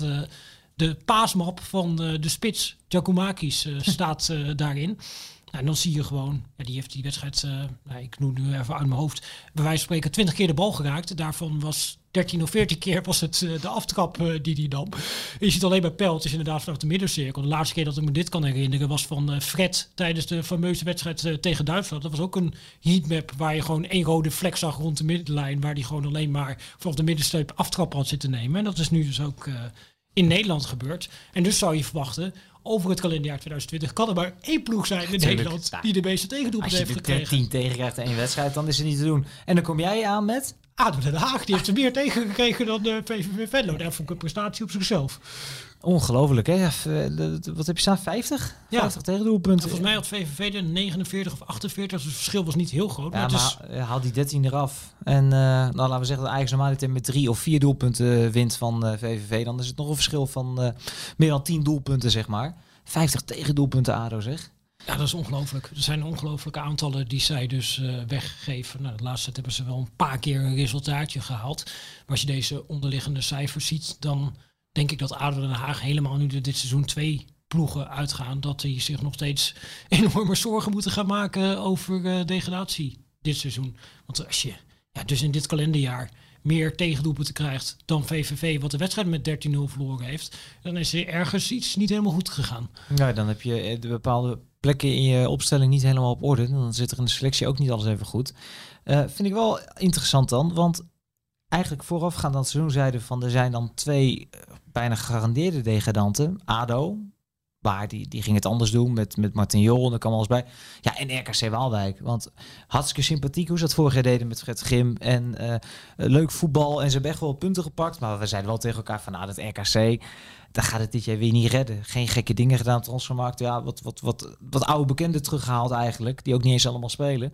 de paasmap van de spits Giacomakis staat daarin. Nou, en dan zie je gewoon, die heeft die wedstrijd, ik noem nu even uit mijn hoofd, bij wijze van spreken 20 keer de bal geraakt. Daarvan was 13 of 14 keer was het de aftrap die hij nam. Je ziet alleen bij Pelt, is inderdaad vanaf de middencirkel. De laatste keer dat ik me dit kan herinneren was van Fred tijdens de fameuze wedstrijd tegen Duitsland. Dat was ook een heatmap waar je gewoon 1 rode vlek zag rond de middenlijn, waar die gewoon alleen maar vanaf de middenstreep aftrap had zitten nemen. En dat is nu dus ook in Nederland gebeurd. En dus zou je verwachten, over het kalenderjaar 2020 kan er maar 1 ploeg zijn in Nederland die de meeste tegendoelpunten heeft gekregen. Als je 10 tegenkrijgt in 1 wedstrijd, dan is het niet te doen. En dan kom jij aan met ADO Den Haag. Die heeft er meer tegengekregen dan de VVV Venlo. Daar vond ik een prestatie op zichzelf. Ongelooflijk, hè? Wat heb je staan? 50? Ja. 50 tegendoelpunten. Volgens mij had VVV de 49 of 48. Dus het verschil was niet heel groot. Ja, maar haal die 13 eraf. En laten we zeggen dat Ajax normaal met 3 of 4 doelpunten wint van VVV. Dan is het nog een verschil van meer dan 10 doelpunten, zeg maar. 50 tegendoelpunten ADO, zeg. Ja, dat is ongelooflijk. Er zijn ongelooflijke aantallen die zij dus weggeven. Nou, de laatste tijd hebben ze wel een paar keer een resultaatje gehaald. Maar als je deze onderliggende cijfers ziet, dan denk ik dat ADO Den Haag helemaal nu dit seizoen 2 ploegen uitgaan. Dat die zich nog steeds enorme zorgen moeten gaan maken over degradatie dit seizoen. Want als je dus in dit kalenderjaar meer tegendoelpunten krijgt dan VVV, wat de wedstrijd met 13-0 verloren heeft, dan is er ergens iets niet helemaal goed gegaan. Ja, dan heb je de bepaalde plekken in je opstelling niet helemaal op orde. Dan zit er in de selectie ook niet alles even goed. Vind ik wel interessant dan, want eigenlijk voorafgaand aan het seizoen zeiden van er zijn dan 2 bijna gegarandeerde degradanten. ADO, maar die ging het anders doen met Martin Jol en daar kwam alles bij. Ja, en RKC Waalwijk. Want hartstikke sympathiek hoe ze dat vorig jaar deden met Fred Grim. En leuk voetbal en ze hebben echt wel punten gepakt. Maar we zeiden wel tegen elkaar van dat RKC, daar gaat het dit jaar weer niet redden. Geen gekke dingen gedaan op de transfermarkt. Ja, wat oude bekenden teruggehaald eigenlijk. Die ook niet eens allemaal spelen.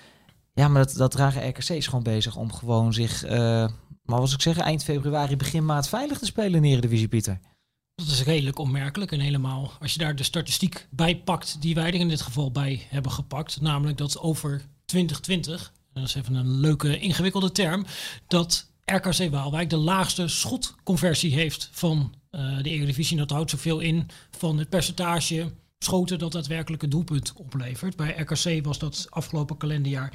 Ja, maar dat dragen RKC's gewoon bezig om gewoon zich, maar was ik zeggen, eind februari, begin maart veilig te spelen in de Eredivisie, Pieter. Dat is redelijk opmerkelijk en helemaal als je daar de statistiek bij pakt die wij er in dit geval bij hebben gepakt. Namelijk dat over 2020, en dat is even een leuke ingewikkelde term, dat RKC Waalwijk de laagste schotconversie heeft van de Eredivisie. En dat houdt zoveel in van het percentage schoten dat daadwerkelijk een doelpunt oplevert. Bij RKC was dat afgelopen kalenderjaar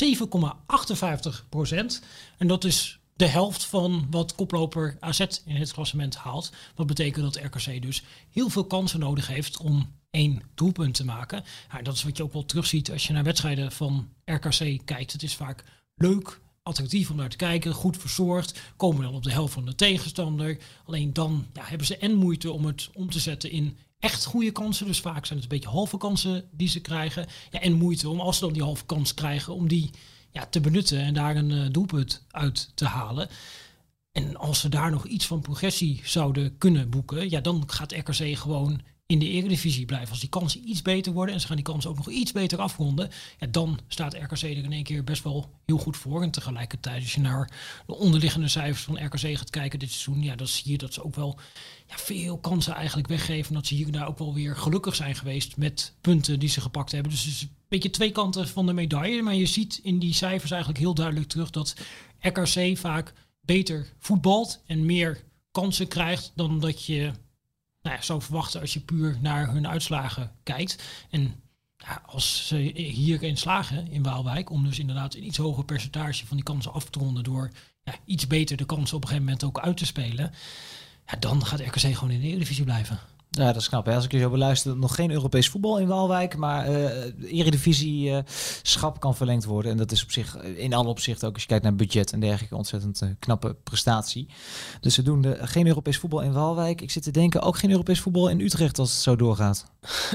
7,58%. En dat is de helft van wat koploper AZ in het klassement haalt. Wat betekent dat RKC dus heel veel kansen nodig heeft om 1 doelpunt te maken. Ja, dat is wat je ook wel terugziet als je naar wedstrijden van RKC kijkt. Het is vaak leuk, attractief om naar te kijken, goed verzorgd. Komen dan op de helft van de tegenstander. Alleen dan hebben ze moeite om het om te zetten in echt goede kansen. Dus vaak zijn het een beetje halve kansen die ze krijgen. Ja, en moeite om, als ze dan die halve kans krijgen, om die te benutten en daar een doelpunt uit te halen. En als ze daar nog iets van progressie zouden kunnen boeken, dan gaat RKC gewoon in de Eredivisie blijven, als die kansen iets beter worden en ze gaan die kansen ook nog iets beter afronden, ja, dan staat RKC er in één keer best wel heel goed voor. En tegelijkertijd, als je naar de onderliggende cijfers van RKC gaat kijken dit seizoen, ja, dan zie je dat ze ook wel veel kansen eigenlijk weggeven. En dat ze hier en daar ook wel weer gelukkig zijn geweest met punten die ze gepakt hebben. Dus het is een beetje twee kanten van de medaille. Maar je ziet in die cijfers eigenlijk heel duidelijk terug dat RKC vaak beter voetbalt en meer kansen krijgt dan dat je zou verwachten als je puur naar hun uitslagen kijkt. En als ze hierin slagen in Waalwijk, om dus inderdaad een iets hoger percentage van die kansen af te ronden door iets beter de kansen op een gegeven moment ook uit te spelen, dan gaat RKC gewoon in de Eredivisie blijven. Ja, dat is knap. Hè? Als ik je zo beluister, nog geen Europees voetbal in Waalwijk, maar de Eredivisie-schap kan verlengd worden. En dat is op zich in alle opzichten, ook als je kijkt naar budget en dergelijke, ontzettend knappe prestatie. Dus ze doen geen Europees voetbal in Waalwijk. Ik zit te denken, ook geen Europees voetbal in Utrecht als het zo doorgaat.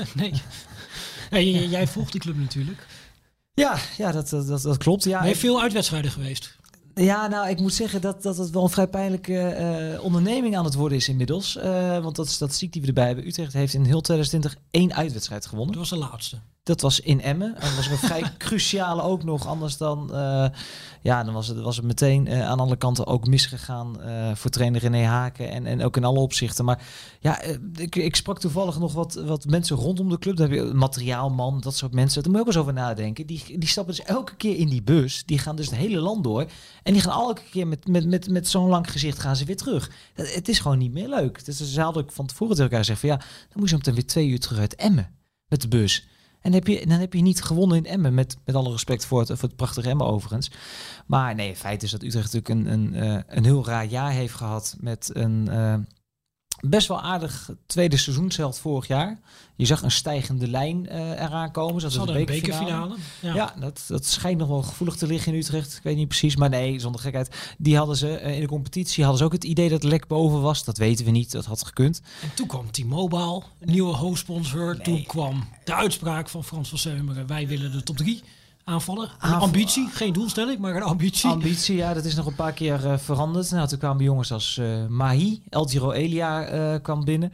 Nee. Jij volgt die club natuurlijk. Ja, dat klopt. Ja, ben je veel uitwedstrijden geweest? Ja, nou, ik moet zeggen dat het wel een vrij pijnlijke onderneming aan het worden is inmiddels. Want dat is statistiek die we erbij hebben. Utrecht heeft in heel 2020 één uitwedstrijd gewonnen. Dat was de laatste. Dat was in Emmen. En dat was een vrij cruciale ook nog. Anders dan, dan was het meteen aan alle kanten ook misgegaan voor trainer René Haken. En ook in alle opzichten. Maar ja, ik sprak toevallig nog wat mensen rondom de club. Daar heb je een materiaalman, dat soort mensen. Daar moet je ook eens over nadenken. Die stappen dus elke keer in die bus. Die gaan dus het hele land door. En die gaan elke keer met zo'n lang gezicht gaan ze weer terug. Het is gewoon niet meer leuk. Dus ze hadden ook van tevoren tegen elkaar zeggen van dan moet je zo meteen weer 2 uur terug uit Emmen met de bus. En dan heb je niet gewonnen in Emmen, met alle respect voor het prachtige Emmen overigens. Maar nee, het feit is dat Utrecht natuurlijk een heel raar jaar heeft gehad met een best wel aardig tweede seizoenshelft vorig jaar. Je zag een stijgende lijn eraan komen. Ze hadden een bekerfinale. Ja, dat schijnt nog wel gevoelig te liggen in Utrecht. Ik weet niet precies, maar nee, zonder gekheid. Die hadden ze in de competitie, hadden ze ook het idee dat het lek boven was. Dat weten we niet, dat had gekund. En toen kwam T-Mobile, nieuwe hoofdsponsor. Nee. Toen kwam de uitspraak van Frans van Seumeren: wij willen de top 3 aanvallen. Een ambitie, geen doelstelling, maar een ambitie. Ambitie, ja, dat is nog een paar keer veranderd. Nou, toen kwamen jongens als Mahi, El Giro Elia kwam binnen.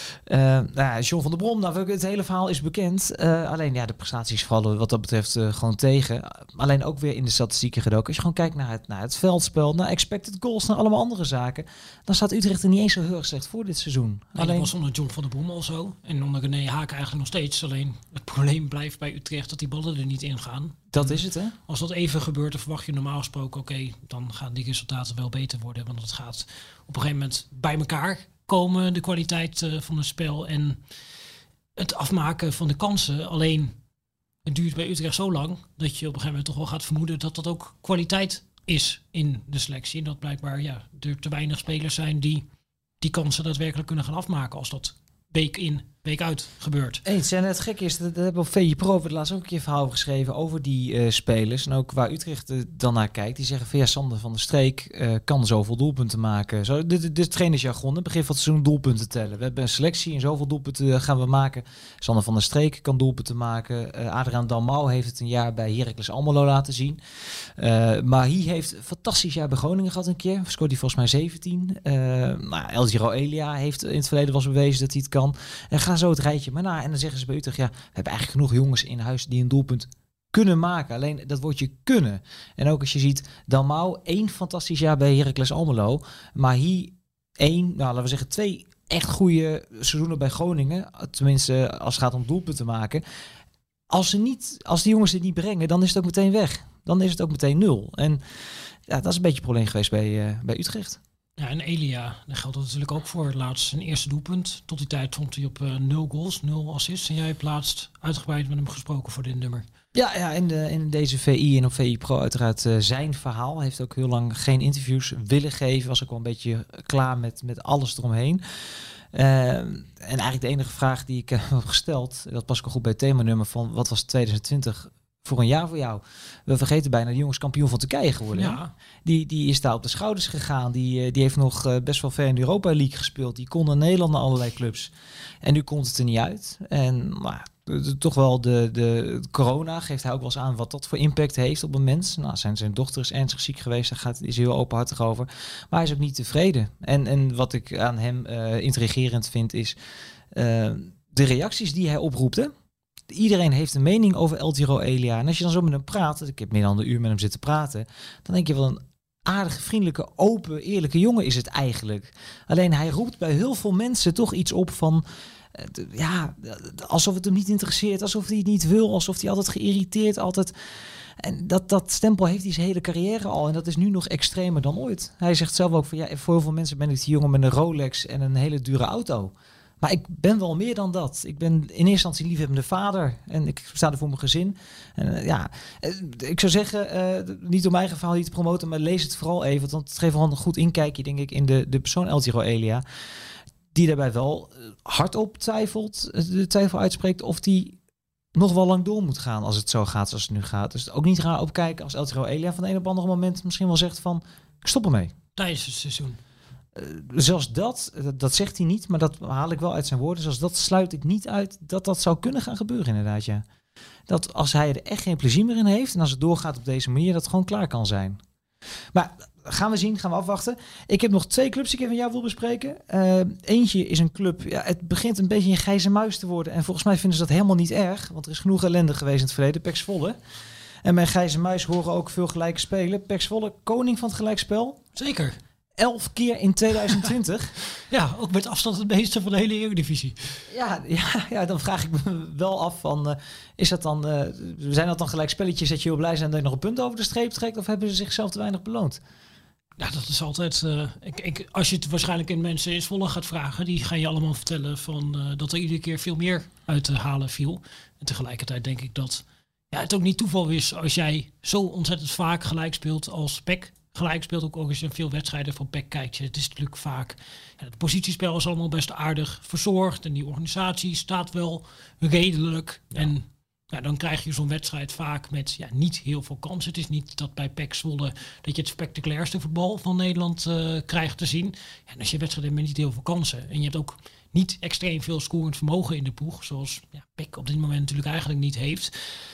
John van der Brom, het hele verhaal is bekend. Alleen de prestaties vallen wat dat betreft gewoon tegen. Alleen ook weer in de statistieken gedoken. Als je gewoon kijkt naar het veldspel, naar expected goals, naar allemaal andere zaken, dan staat Utrecht er niet eens zo heel erg slecht voor dit seizoen. Nee, dat was onder John van der Brom al zo. En onder René Haken eigenlijk nog steeds. Alleen het probleem blijft bij Utrecht dat die ballen er niet in gaan. Dat is het, hè? Als dat even gebeurt, dan verwacht je normaal gesproken, oké, dan gaan die resultaten wel beter worden. Want het gaat op een gegeven moment bij elkaar komen, de kwaliteit van het spel en het afmaken van de kansen. Alleen, het duurt bij Utrecht zo lang dat je op een gegeven moment toch wel gaat vermoeden dat dat ook kwaliteit is in de selectie. En dat blijkbaar er te weinig spelers zijn die kansen daadwerkelijk kunnen gaan afmaken als dat week in, week uit gebeurt. Eens, en het gekke is, dat hebben we op VJ Pro het laatst ook een keer verhaal geschreven over die spelers. En ook waar Utrecht dan naar kijkt. Die zeggen van Sander van der Streek kan zoveel doelpunten maken. Zo, dit trainersjargon, het begin van het seizoen doelpunten tellen. We hebben een selectie en zoveel doelpunten gaan we maken. Sander van der Streek kan doelpunten maken. Adriaan Dalmau heeft het een jaar bij Heracles Almelo laten zien. Maar hij heeft een fantastisch jaar bij Groningen gehad een keer. Scoort hij volgens mij 17. El Giro Elia heeft in het verleden was bewezen dat hij het kan. En ga zo het rijtje maar na. En dan zeggen ze bij Utrecht, we hebben eigenlijk genoeg jongens in huis die een doelpunt kunnen maken. Alleen dat woordje kunnen. En ook als je ziet, Dalmau 1 fantastisch jaar bij Heracles Almelo. Maar hier 2 echt goede seizoenen bij Groningen. Tenminste, als het gaat om doelpunten maken. Als die jongens het niet brengen, dan is het ook meteen weg. Dan is het ook meteen 0. En dat is een beetje een probleem geweest bij Utrecht. Ja, en Elia, daar geldt dat natuurlijk ook voor. Laatst zijn eerste doelpunt. Tot die tijd stond hij op 0 goals, 0 assists. En jij hebt laatst uitgebreid met hem gesproken voor dit nummer. Ja, in deze VI en op VI Pro uiteraard zijn verhaal. Heeft ook heel lang geen interviews willen geven. Was ook wel een beetje klaar met alles eromheen. En eigenlijk de enige vraag die ik heb gesteld, dat past ook goed bij het themanummer van wat was 2020 voor een jaar voor jou. We vergeten bijna, de jongens kampioen van Turkije geworden. Ja. Die is daar op de schouders gegaan. Die heeft nog best wel ver in de Europa League gespeeld. Die kon naar Nederland naar allerlei clubs. En nu komt het er niet uit. En toch wel de corona geeft hij ook wel eens aan wat dat voor impact heeft op een mens. Zijn dochter is ernstig ziek geweest. Daar is hij heel openhartig over. Maar hij is ook niet tevreden. En wat ik aan hem intrigerend vind is de reacties die hij oproept, hè? Iedereen heeft een mening over El Tiro Elia. En als je dan zo met hem praat, ik heb meer dan een uur met hem zitten praten, dan denk je wel een aardige, vriendelijke, open, eerlijke jongen is het eigenlijk. Alleen hij roept bij heel veel mensen toch iets op van, alsof het hem niet interesseert, alsof hij het niet wil, alsof hij altijd geïrriteerd, altijd. En dat stempel heeft hij zijn hele carrière al. En dat is nu nog extremer dan ooit. Hij zegt zelf ook van, voor heel veel mensen ben ik die jongen met een Rolex en een hele dure auto. Maar ik ben wel meer dan dat. Ik ben in eerste instantie liefhebbende vader. En ik sta er voor mijn gezin. En ik zou zeggen, niet om mijn eigen verhaal hier te promoten, maar lees het vooral even. Want het geeft wel een goed inkijkje, denk ik, in de persoon El Tiro Elia. Die daarbij wel hardop de twijfel uitspreekt of die nog wel lang door moet gaan als het zo gaat zoals het nu gaat. Dus ook niet raar opkijken als El Tiro Elia van de een op andere moment misschien wel zegt van, ik stop ermee. Tijdens het seizoen. Zelfs dat zegt hij niet, maar dat haal ik wel uit zijn woorden. Zelfs dat sluit ik niet uit dat zou kunnen gaan gebeuren inderdaad, ja. Dat als hij er echt geen plezier meer in heeft en als het doorgaat op deze manier, dat het gewoon klaar kan zijn. Maar gaan we zien, gaan we afwachten. Ik heb nog 2 clubs die ik even met jou wil bespreken. Eentje is een club, het begint een beetje een grijze muis te worden. En volgens mij vinden ze dat helemaal niet erg, want er is genoeg ellende geweest in het verleden. PEC Zwolle. En bij grijze muis horen ook veel gelijke spelen. PEC Zwolle, koning van het gelijkspel. Zeker. 11 keer in 2020. Ja, ook met afstand het meeste van de hele Eredivisie. Ja, dan vraag ik me wel af van, is dat dan, zijn dat dan gelijk spelletjes dat je heel blij zijn dat je nog een punt over de streep trekt, of hebben ze zichzelf te weinig beloond? Ja, dat is altijd, als je het waarschijnlijk in mensen in Zwolle gaat vragen, die gaan je allemaal vertellen van dat er iedere keer veel meer uit te halen viel. En tegelijkertijd denk ik dat het ook niet toeval is als jij zo ontzettend vaak gelijk speelt als PEC. Gelijk speelt ook als je veel wedstrijden van PEC kijkt. Het is natuurlijk vaak, het positiespel is allemaal best aardig verzorgd. En die organisatie staat wel redelijk. Ja. En dan krijg je zo'n wedstrijd vaak met niet heel veel kansen. Het is niet dat bij PEC Zwolle dat je het spectaculairste voetbal van Nederland krijgt te zien. Ja, en als je wedstrijd hebt met niet heel veel kansen. En je hebt ook niet extreem veel scorend vermogen in de ploeg. Zoals PEC op dit moment natuurlijk eigenlijk niet heeft.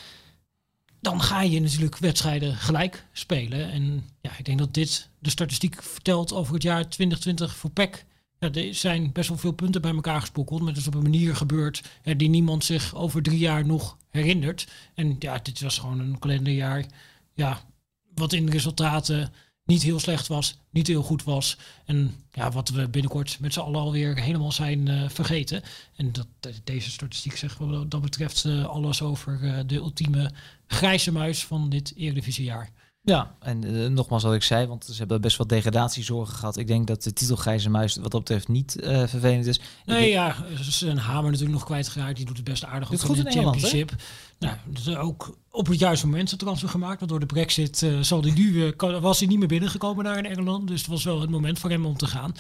Dan ga je natuurlijk wedstrijden gelijk spelen. En ik denk dat dit de statistiek vertelt over het jaar 2020 voor PEC. Er zijn best wel veel punten bij elkaar gesprokkeld. Maar het is op een manier gebeurd die niemand zich over 3 jaar nog herinnert. En dit was gewoon een kalenderjaar. Wat in de resultaten niet heel slecht was, niet heel goed was. En wat we binnenkort met z'n allen alweer helemaal zijn vergeten. En deze statistiek zegt wat dat betreft alles over de ultieme grijze muis van dit Eredivisiejaar. Ja, en nogmaals wat ik zei, want ze hebben best wel degradatiezorgen gehad. Ik denk dat de titel grijze muis wat dat betreft niet vervelend is. Ze zijn Hamer natuurlijk nog kwijtgeraakt. Die doet het best aardig op in de Championship. Dus ook op het juiste moment een transfer gemaakt. Want door de Brexit was hij niet meer binnengekomen naar in Engeland. Dus het was wel het moment voor hem om te gaan.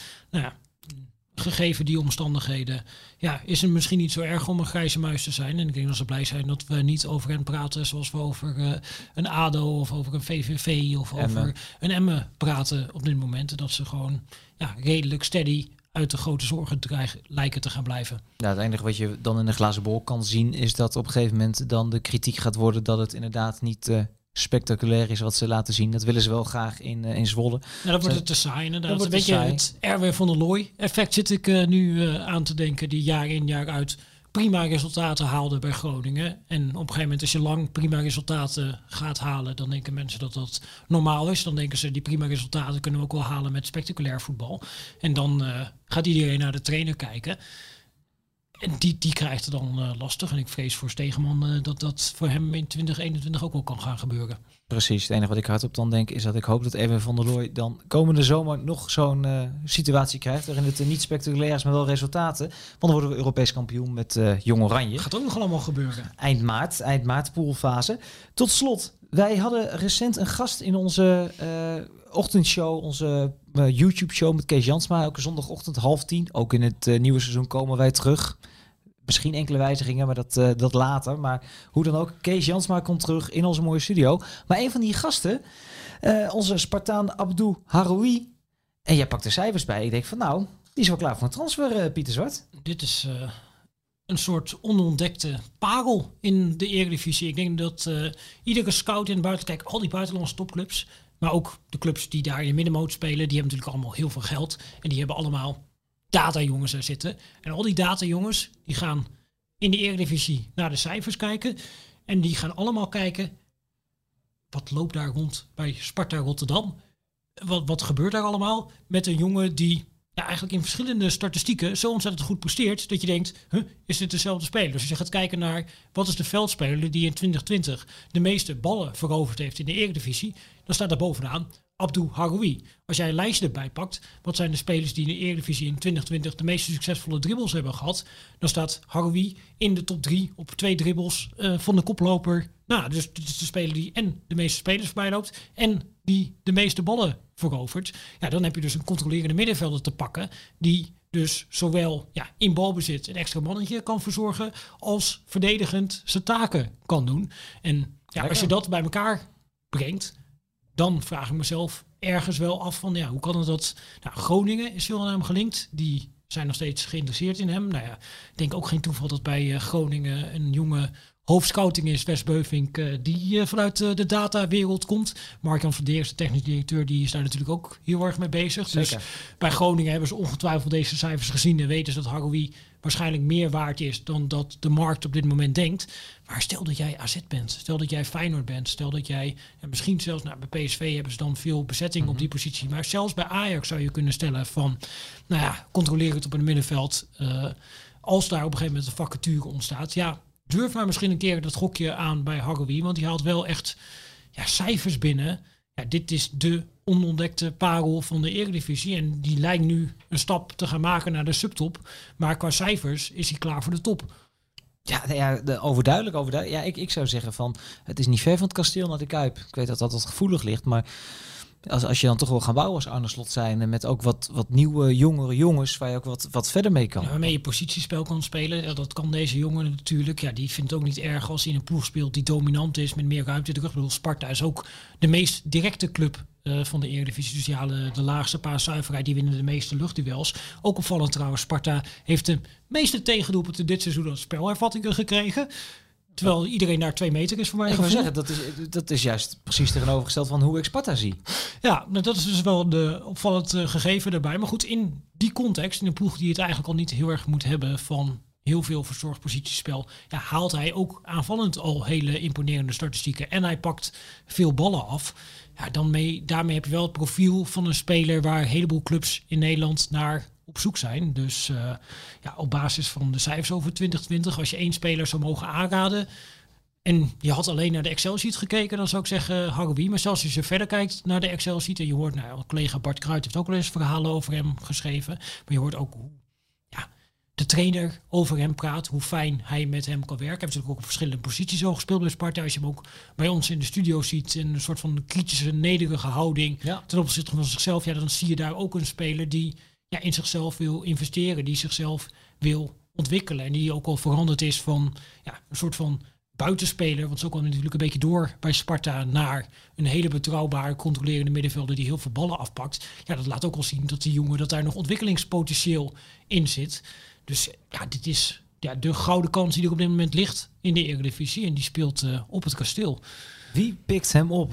Gegeven die omstandigheden, is het misschien niet zo erg om een grijze muis te zijn. En ik denk dat ze blij zijn dat we niet over hen praten zoals we over een ADO of over een VVV of over een Emmen praten op dit moment. En dat ze gewoon redelijk steady uit de grote zorgen lijken te gaan blijven. Het enige wat je dan in de glazen bol kan zien is dat op een gegeven moment dan de kritiek gaat worden dat het inderdaad niet spectaculair is wat ze laten zien. Dat willen ze wel graag in Zwolle. Dan wordt het te saai inderdaad. Een beetje het Erwin van der Looy effect zit ik nu aan te denken, die jaar in jaar uit prima resultaten haalde bij Groningen. En op een gegeven moment als je lang prima resultaten gaat halen, dan denken mensen dat dat normaal is. Dan denken ze die prima resultaten kunnen we ook wel halen met spectaculair voetbal. En dan gaat iedereen naar de trainer kijken. En die krijgt het dan lastig. En ik vrees voor Stegeman dat voor hem in 2021 ook wel kan gaan gebeuren. Precies. Het enige wat ik hardop dan denk is dat ik hoop dat Erwin van der Looy dan komende zomer nog zo'n situatie krijgt waarin het niet spectaculair is, maar wel resultaten. Want dan worden we Europees kampioen met Jong Oranje. Gaat ook nog allemaal gebeuren. Eind maart, poolfase. Tot slot, wij hadden recent een gast in onze ochtendshow, onze YouTube-show met Kees Jansma. Elke zondagochtend 9:30. Ook in het nieuwe seizoen komen wij terug. Misschien enkele wijzigingen, maar dat later. Maar hoe dan ook, Kees Jansma komt terug in onze mooie studio. Maar een van die gasten, onze Spartaan Abdou Haroui. En jij pakt de cijfers bij. Ik denk van die is wel klaar voor een transfer, Pieter Zwart. Dit is een soort onontdekte parel in de Eredivisie. Ik denk dat iedere scout in het buitenland, kijk, al die buitenlandse topclubs, maar ook de clubs die daar in de middenmoot spelen, die hebben natuurlijk allemaal heel veel geld. En die hebben allemaal datajongens daar zitten. En al die datajongens, die gaan in de Eredivisie naar de cijfers kijken. En die gaan allemaal kijken, wat loopt daar rond bij Sparta Rotterdam? Wat gebeurt daar allemaal met een jongen die eigenlijk in verschillende statistieken zo ontzettend goed presteert, dat je denkt, is dit dezelfde speler? Dus als je gaat kijken naar, wat is de veldspeler die in 2020 de meeste ballen veroverd heeft in de Eredivisie, dan staat daar bovenaan Abdou Haroui. Als jij een lijstje erbij pakt, wat zijn de spelers die in de Eredivisie in 2020 de meeste succesvolle dribbles hebben gehad, dan staat Haroui in de top 3 op 2 dribbles van de koploper. Nou, dus dit is de speler die en de meeste spelers voorbij loopt en die de meeste ballen verovert. Ja, dan heb je dus een controlerende middenvelder te pakken die dus zowel in balbezit een extra mannetje kan verzorgen als verdedigend zijn taken kan doen. En als je dat bij elkaar brengt, dan vraag ik mezelf ergens wel af van, hoe kan het dat... Groningen is veel aan hem gelinkt. Die zijn nog steeds geïnteresseerd in hem. Ik denk ook geen toeval dat bij Groningen een jonge hoofdscouting is, Wes Beuvink, die vanuit de datawereld komt. Mark-Jan van Deers, de technisch directeur, die is daar natuurlijk ook heel erg mee bezig. Zeker. Dus bij Groningen hebben ze ongetwijfeld deze cijfers gezien en weten ze dat Haroui waarschijnlijk meer waard is dan dat de markt op dit moment denkt. Maar stel dat jij AZ bent, stel dat jij Feyenoord bent, stel dat jij, en misschien zelfs bij PSV hebben ze dan veel bezetting op die positie, maar zelfs bij Ajax zou je kunnen stellen van, controleer het op het middenveld. Als daar op een gegeven moment een vacature ontstaat, durf maar misschien een keer dat gokje aan bij Haroui, want die haalt wel echt cijfers binnen. Dit is de onontdekte parel van de Eredivisie en die lijkt nu een stap te gaan maken naar de subtop. Maar qua cijfers is hij klaar voor de top. Overduidelijk. Ja, ik zou zeggen van, het is niet ver van het kasteel naar de Kuip. Ik weet dat dat gevoelig ligt, maar als je dan toch wil gaan bouwen als Arne Slot zijn en met ook wat nieuwe, jongere jongens waar je ook wat verder mee kan. Waarmee je positiespel kan spelen. Dat kan deze jongen natuurlijk. Die vindt het ook niet erg als hij in een ploeg speelt die dominant is met meer ruimte. Ik bedoel, Sparta is ook de meest directe club van de Eredivisie. Dus de laagste paaszuiverheid, die winnen de meeste luchtduels. Ook opvallend trouwens, Sparta heeft de meeste tegendoelpunten dit seizoen als spelervattingen gekregen. Terwijl iedereen daar 2 meter is voor mij. Ik wil zeggen, dat is juist precies tegenovergesteld van hoe ik Sparta zie. Ja, dat is dus wel de opvallend gegeven daarbij. Maar goed, in die context, in een ploeg die het eigenlijk al niet heel erg moet hebben van heel veel verzorgd positiespel, haalt hij ook aanvallend al hele imponerende statistieken. En hij pakt veel ballen af. Daarmee heb je wel het profiel van een speler waar een heleboel clubs in Nederland naar op zoek zijn. Dus op basis van de cijfers over 2020, als je 1 speler zou mogen aanraden en je had alleen naar de Excel-sheet gekeken, dan zou ik zeggen Haroui. Maar zelfs als je verder kijkt naar de Excel-sheet en je hoort, collega Bart Kruijt heeft ook wel eens verhalen over hem geschreven, maar je hoort ook hoe de trainer over hem praat, hoe fijn hij met hem kan werken. Hij heeft natuurlijk ook op verschillende posities al gespeeld bij Sparta. Als je hem ook bij ons in de studio ziet in een soort van kritische, nederige houding ten opzichte van zichzelf, dan zie je daar ook een speler die in zichzelf wil investeren, die zichzelf wil ontwikkelen en die ook al veranderd is van een soort van buitenspeler, want zo kwam hij natuurlijk een beetje door bij Sparta, naar een hele betrouwbare, controlerende middenvelder die heel veel ballen afpakt. Dat laat ook al zien dat die jongen, dat daar nog ontwikkelingspotentieel in zit. Dus dit is de gouden kans die er op dit moment ligt in de Eredivisie en die speelt op het kasteel. Wie pikt hem op?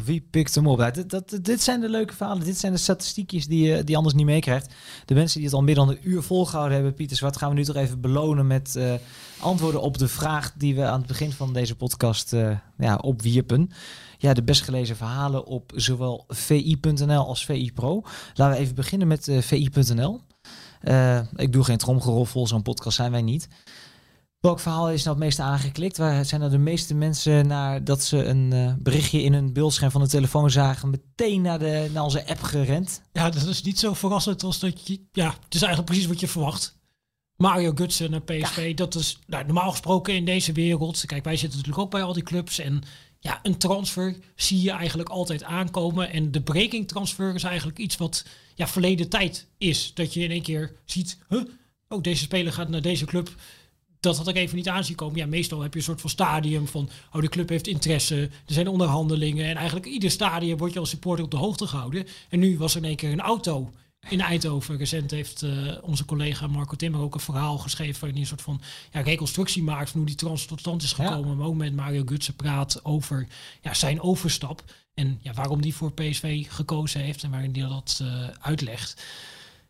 Dit zijn de leuke verhalen. Dit zijn de statistiekjes die anders niet meekrijgt. De mensen die het al meer dan 1 uur volgehouden hebben, Pieter Zwart, gaan we nu toch even belonen met antwoorden op de vraag die we aan het begin van deze podcast opwierpen. De best gelezen verhalen op zowel VI.nl als VI Pro. Laten we even beginnen met VI.nl. Ik doe geen tromgeroffel, zo'n podcast zijn wij niet. Welk verhaal is nou het meest aangeklikt? Waar zijn nou de meeste mensen dat ze een berichtje in hun beeldscherm van de telefoon zagen, meteen naar onze app gerend? Ja, dat is niet zo verrassend als dat je... Ja, het is eigenlijk precies wat je verwacht. Mario Götze naar PSV, dat is normaal gesproken in deze wereld. Kijk, wij zitten natuurlijk ook bij al die clubs en een transfer zie je eigenlijk altijd aankomen. En de breaking transfer is eigenlijk iets wat verleden tijd is. Dat je in één keer ziet, deze speler gaat naar deze club. Dat had ik even niet aanzien komen. Meestal heb je een soort van stadium van, de club heeft interesse, er zijn onderhandelingen. En eigenlijk ieder stadium wordt je als supporter op de hoogte gehouden. En nu was er in één keer een auto in Eindhoven. Recent heeft onze collega Marco Timmer ook een verhaal geschreven waarin hij een soort van reconstructie maakt van hoe die transfer tot stand is gekomen. Maar ook met Mario Götze praat over zijn overstap. En waarom die voor PSV gekozen heeft en waarin hij dat uitlegt.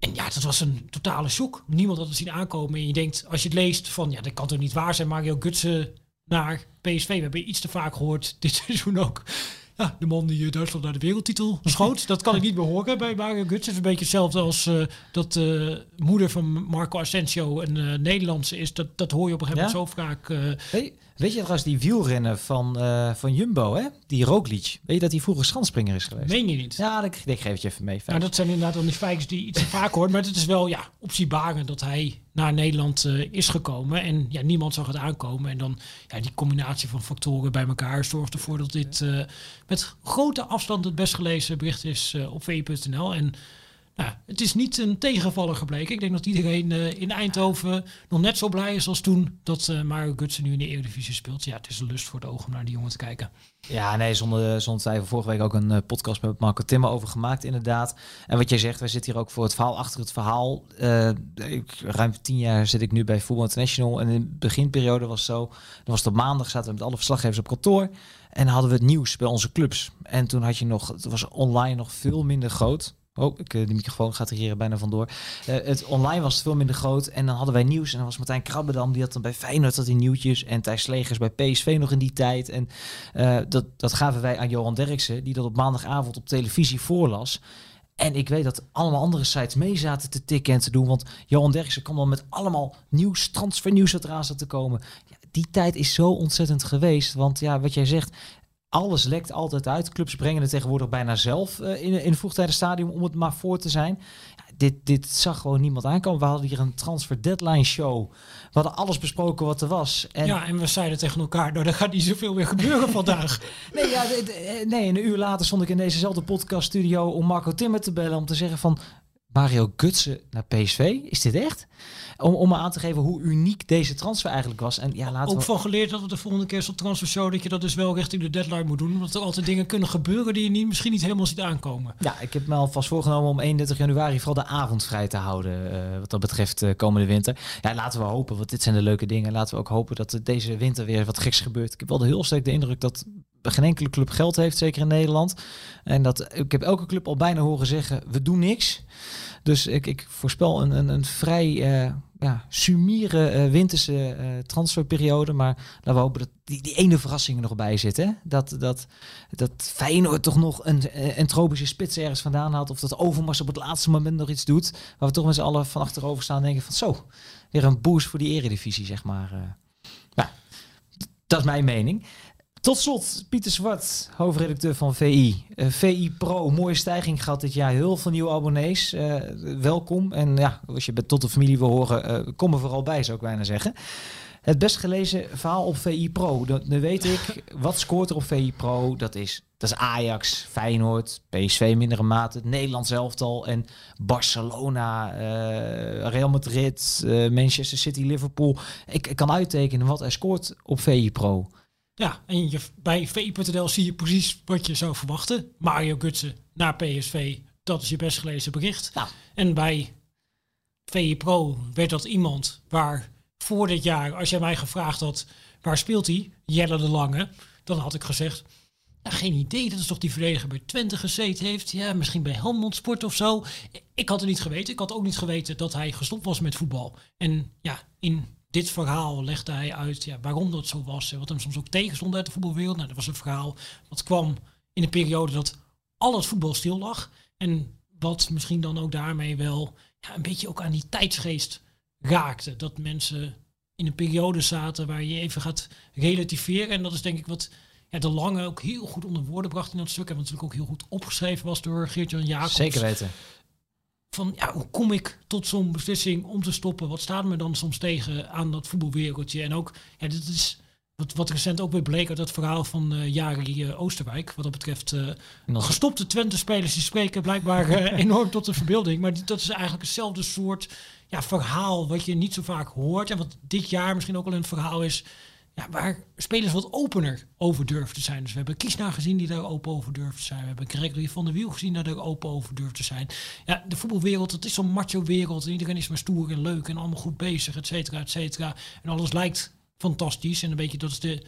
En ja, dat was een totale shock. Niemand had het zien aankomen. En je denkt, als je het leest van, ja, dat kan toch niet waar zijn. Mario Götze naar PSV. We hebben iets te vaak gehoord dit seizoen ook. Ja, de man die Duitsland naar de wereldtitel schoot. Dat kan ik niet meer horen bij Mario Götze. Het is een beetje hetzelfde als dat moeder van Marco Asensio een Nederlandse is. Dat hoor je op een gegeven moment zo vaak. Weet je trouwens die wielrenner van Jumbo, hè? Die Roglic. Weet je dat hij vroeger schansspringer is geweest? Meen je niet? Ja, ik geef het je even mee. Nou, dat zijn inderdaad al die feitjes die iets te vaak hoort. Maar het is wel opzienbarend dat hij naar Nederland is gekomen. En ja, niemand zag het aankomen. En dan die combinatie van factoren bij elkaar zorgt ervoor dat dit met grote afstand het best gelezen bericht is op VI.nl. En het is niet een tegenvaller gebleken. Ik denk dat iedereen in Eindhoven nog net zo blij is als toen dat Mario Götze nu in de Eredivisie speelt. Ja, het is een lust voor het oog om naar die jongen te kijken. Ja, nee, zonder twijfel. Vorige week ook een podcast met Marco Timmer over gemaakt, inderdaad. En wat jij zegt, wij zitten hier ook voor het verhaal achter het verhaal. Ruim 10 jaar zit ik nu bij Voetbal International. En in de beginperiode was het zo. Dan was het op maandag, zaten we met alle verslaggevers op kantoor. En dan hadden we het nieuws bij onze clubs. En toen had je nog, het was online nog veel minder groot. Oh, de microfoon gaat er hier bijna vandoor. Het online was veel minder groot. En dan hadden wij nieuws. En dan was Martijn Krabbedam, die had dan bij Feyenoord dat in nieuwtjes. En Thijs Slegers bij PSV nog in die tijd. En dat gaven wij aan Johan Derksen, die dat op maandagavond op televisie voorlas. En ik weet dat allemaal andere sites mee zaten te tikken en te doen. Want Johan Derksen kwam dan met allemaal nieuws, transfernieuws dat eraan zat te komen. Ja, die tijd is zo ontzettend geweest. Want ja, wat jij zegt, alles lekt altijd uit. Clubs brengen het tegenwoordig bijna zelf in een vroegtijdig stadium om het maar voor te zijn. Ja, dit zag gewoon niemand aankomen. We hadden hier een transfer deadline show. We hadden alles besproken wat er was. En we zeiden tegen elkaar, er gaat niet zoveel meer gebeuren vandaag. Nee, een uur later stond ik in dezezelfde podcaststudio om Marco Timmer te bellen om te zeggen van Mario Götze naar PSV. Is dit echt? Om me aan te geven hoe uniek deze transfer eigenlijk was. En ja, laten ook we van geleerd dat we de volgende keer zo'n transfershow dat je dat dus wel richting de deadline moet doen. Omdat er altijd dingen kunnen gebeuren die je misschien niet helemaal ziet aankomen. Ja, ik heb me alvast voorgenomen om 31 januari vooral de avond vrij te houden. Wat dat betreft komende winter. Ja, laten we hopen, want dit zijn de leuke dingen. Laten we ook hopen dat er deze winter weer wat geks gebeurt. Ik heb wel heel sterk de indruk dat geen enkele club geld heeft, zeker in Nederland. En dat ik heb elke club al bijna horen zeggen, we doen niks. Dus ik voorspel een vrij sumiere winterse transferperiode. Maar laten we hopen dat die ene verrassing er nog bij zit. Hè? Dat Feyenoord toch nog een tropische spits ergens vandaan haalt. Of dat Overmars op het laatste moment nog iets doet. Waar we toch met z'n allen van achterover staan en denken van zo, weer een boost voor die eredivisie, zeg maar. Dat is mijn mening. Tot slot, Pieter Zwart, hoofdredacteur van VI. VI Pro, mooie stijging gehad dit jaar. Heel veel nieuwe abonnees. Welkom. En ja, als je tot de familie wil horen, kom er vooral bij, zou ik bijna zeggen. Het best gelezen verhaal op VI Pro. Nu weet ik, wat scoort er op VI Pro? Dat is Ajax, Feyenoord, PSV mindere mate, het Nederlands elftal en Barcelona, Real Madrid, Manchester City, Liverpool. Ik kan uittekenen wat er scoort op VI Pro. Ja, en bij VI.nl zie je precies wat je zou verwachten. Mario Götze naar PSV, dat is je best gelezen bericht. Nou. En bij VI Pro werd dat iemand waar voor dit jaar, als jij mij gevraagd had, waar speelt hij? Jelle de Lange. Dan had ik gezegd, geen idee, dat is toch die verdediger bij Twente gezeten heeft. Ja, misschien bij Helmond Sport of zo. Ik had het niet geweten. Ik had ook niet geweten dat hij gestopt was met voetbal. En ja, in dit verhaal legde hij uit waarom dat zo was. Wat hem soms ook tegenstond uit de voetbalwereld. Nou, dat was een verhaal wat kwam in een periode dat al het voetbal stil lag. En wat misschien dan ook daarmee wel een beetje ook aan die tijdsgeest raakte. Dat mensen in een periode zaten waar je even gaat relativeren. En dat is denk ik wat de Lange ook heel goed onder woorden bracht in dat stuk. En wat natuurlijk ook heel goed opgeschreven was door Geert-Jan Jacobs. Zeker weten. Van hoe kom ik tot zo'n beslissing om te stoppen? Wat staat me dan soms tegen aan dat voetbalwereldje? En ook, dit is wat recent ook weer bleek uit dat verhaal van Jari Oosterwijk. Wat dat betreft gestopte Twente-spelers die spreken blijkbaar enorm tot de verbeelding. Maar dat is eigenlijk hetzelfde soort verhaal wat je niet zo vaak hoort. En wat dit jaar misschien ook al een verhaal is. Waar spelers wat opener over durven te zijn. Dus we hebben Kiesna gezien die daar open over durft te zijn. We hebben Gregory van der Wiel gezien die daar open over durft te zijn. Ja, de voetbalwereld, het is zo'n macho wereld. En iedereen is maar stoer en leuk en allemaal goed bezig, et cetera, et cetera. En alles lijkt fantastisch. En een beetje, dat is de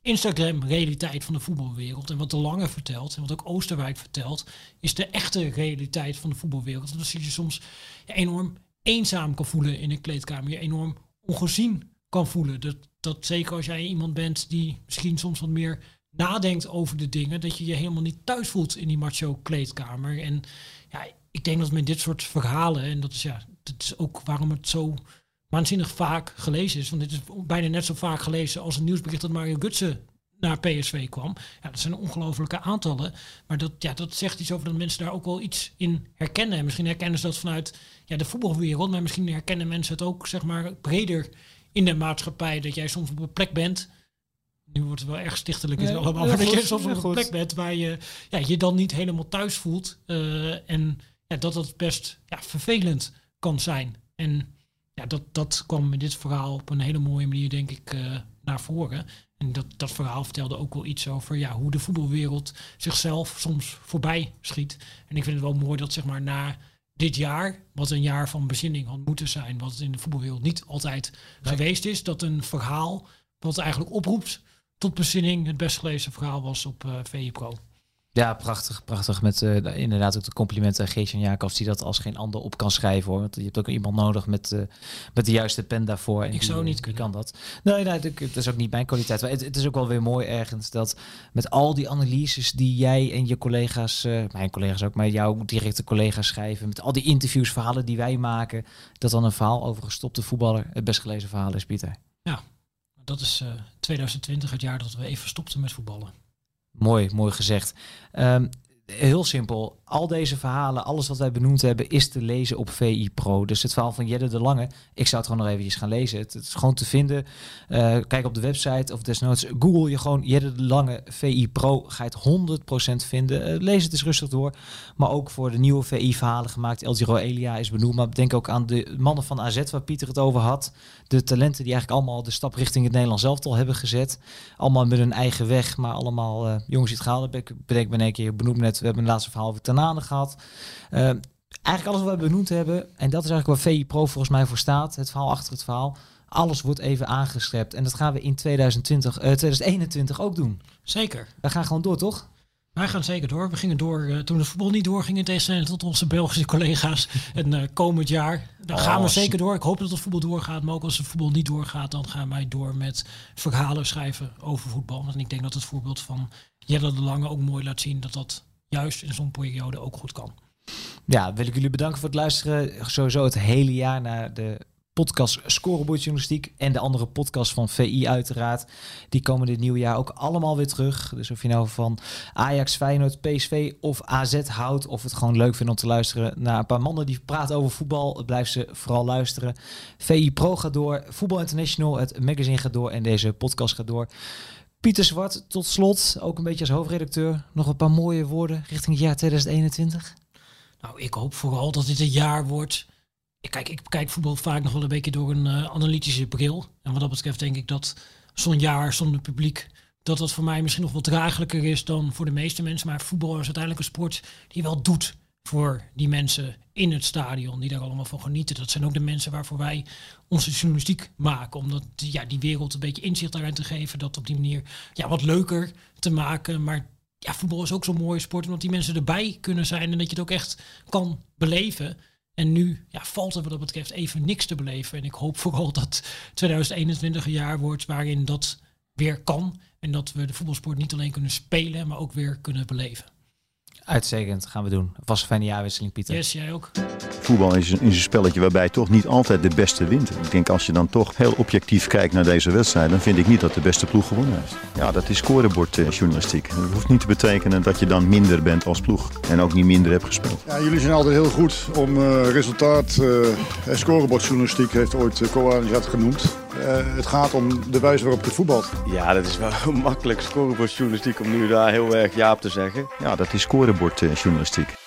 Instagram-realiteit van de voetbalwereld. En wat De Lange vertelt, en wat ook Oosterwijk vertelt, is de echte realiteit van de voetbalwereld. En dat je soms enorm eenzaam kan voelen in een kleedkamer. Je enorm ongezien kan voelen. Dat zeker als jij iemand bent die misschien soms wat meer nadenkt over de dingen, dat je je helemaal niet thuis voelt in die macho kleedkamer. En ja, ik denk dat met dit soort verhalen, en dat is ook waarom het zo waanzinnig vaak gelezen is. Want dit is bijna net zo vaak gelezen als een nieuwsbericht dat Mario Götze naar PSV kwam. Ja, dat zijn ongelofelijke aantallen. Maar dat zegt iets over dat mensen daar ook wel iets in herkennen. En misschien herkennen ze dat vanuit de voetbalwereld, maar misschien herkennen mensen het ook zeg maar breder in de maatschappij. Dat jij soms op een plek bent. Nu wordt het wel erg stichtelijk allemaal. Maar dat je soms op een plek bent waar je je dan niet helemaal thuis voelt. En dat best vervelend kan zijn. En dat kwam in dit verhaal op een hele mooie manier, denk ik, naar voren. En dat verhaal vertelde ook wel iets over hoe de voetbalwereld zichzelf soms voorbij schiet. En ik vind het wel mooi dat zeg maar na dit jaar, wat een jaar van bezinning had moeten zijn, wat in de voetbalwereld niet altijd geweest is, dat een verhaal wat eigenlijk oproept tot bezinning het best gelezen verhaal was op VI Pro. Ja, prachtig. Met inderdaad ook de complimenten aan Geert-Jan Jacobs, die dat als geen ander op kan schrijven, hoor. Want je hebt ook iemand nodig met de juiste pen daarvoor. En ik zou niet kunnen. Kan dat. Nee, het is ook niet mijn kwaliteit. Maar het is ook wel weer mooi ergens dat met al die analyses die jij en je collega's, mijn collega's ook, maar jouw directe collega's schrijven, met al die interviews, verhalen die wij maken, dat dan een verhaal over gestopte voetballer het best gelezen verhaal is, Pieter. Ja, dat is 2020, het jaar dat we even stopten met voetballen. Mooi gezegd. Heel simpel. Al deze verhalen, alles wat wij benoemd hebben, is te lezen op VI Pro. Dus het verhaal van Jelle de Lange, ik zou het gewoon nog eventjes gaan lezen. Het is gewoon te vinden. Kijk op de website of desnoods Google je gewoon Jelle de Lange VI Pro. Ga je het 100% vinden. Lees het eens rustig door. Maar ook voor de nieuwe VI-verhalen gemaakt. El Giro Elia is benoemd. Maar denk ook aan de mannen van AZ waar Pieter het over had. De talenten die eigenlijk allemaal de stap richting het Nederlands elftal hebben gezet. Allemaal met hun eigen weg. Maar allemaal jongens die het gehaald hebben. Ik bedenk me in één keer benoemd net. We hebben een laatste verhaal over Tanane gehad. Eigenlijk alles wat we benoemd hebben. En dat is eigenlijk waar VI Pro volgens mij voor staat. Het verhaal achter het verhaal. Alles wordt even aangeschept. En dat gaan we in 2021 ook doen. Zeker. We gaan gewoon door, toch? Wij gaan zeker door. We gingen door toen de voetbal niet doorging in tegenstelling tot onze Belgische collega's. En komend jaar gaan we zeker door. Ik hoop dat het voetbal doorgaat. Maar ook als het voetbal niet doorgaat, dan gaan wij door met verhalen schrijven over voetbal. En ik denk dat het voorbeeld van Jelle de Lange ook mooi laat zien dat juist in zo'n periode ook goed kan. Ja, wil ik jullie bedanken voor het luisteren. Sowieso het hele jaar naar de podcast Scorebordjournalistiek en de andere podcast van VI uiteraard. Die komen dit nieuwe jaar ook allemaal weer terug. Dus of je nou van Ajax, Feyenoord, PSV of AZ houdt, of het gewoon leuk vindt om te luisteren naar een paar mannen die praten over voetbal, blijf ze vooral luisteren. VI Pro gaat door, Voetbal International, het magazine gaat door en deze podcast gaat door. Pieter Zwart, tot slot, ook een beetje als hoofdredacteur, nog een paar mooie woorden richting het jaar 2021? Nou, ik hoop vooral dat dit een jaar wordt. Ik kijk voetbal vaak nog wel een beetje door een analytische bril. En wat dat betreft denk ik dat zo'n jaar zonder publiek, dat voor mij misschien nog wat draaglijker is dan voor de meeste mensen. Maar voetbal is uiteindelijk een sport die wel doet voor die mensen in het stadion, die daar allemaal van genieten. Dat zijn ook de mensen waarvoor wij onze journalistiek maken. Om die wereld een beetje inzicht daarin te geven. Dat op die manier wat leuker te maken. Maar voetbal is ook zo'n mooie sport, omdat die mensen erbij kunnen zijn en dat je het ook echt kan beleven. En nu valt er wat dat betreft even niks te beleven. En ik hoop vooral dat 2021 een jaar wordt waarin dat weer kan. En dat we de voetbalsport niet alleen kunnen spelen, maar ook weer kunnen beleven. Uitstekend, gaan we doen. Was een fijne jaarwisseling, Pieter. Yes, jij ook. Voetbal is een spelletje waarbij toch niet altijd de beste wint. Ik denk als je dan toch heel objectief kijkt naar deze wedstrijd, dan vind ik niet dat de beste ploeg gewonnen heeft. Ja, dat is scorebordjournalistiek. Dat hoeft niet te betekenen dat je dan minder bent als ploeg. En ook niet minder hebt gespeeld. Ja, jullie zijn altijd heel goed om resultaat. Scorebordjournalistiek heeft ooit Koan het genoemd. Het gaat om de wijze waarop je voetbalt. Ja, dat is wel makkelijk scorebordjournalistiek om nu daar heel erg ja op te zeggen. Ja, dat is scorebordjournalistiek.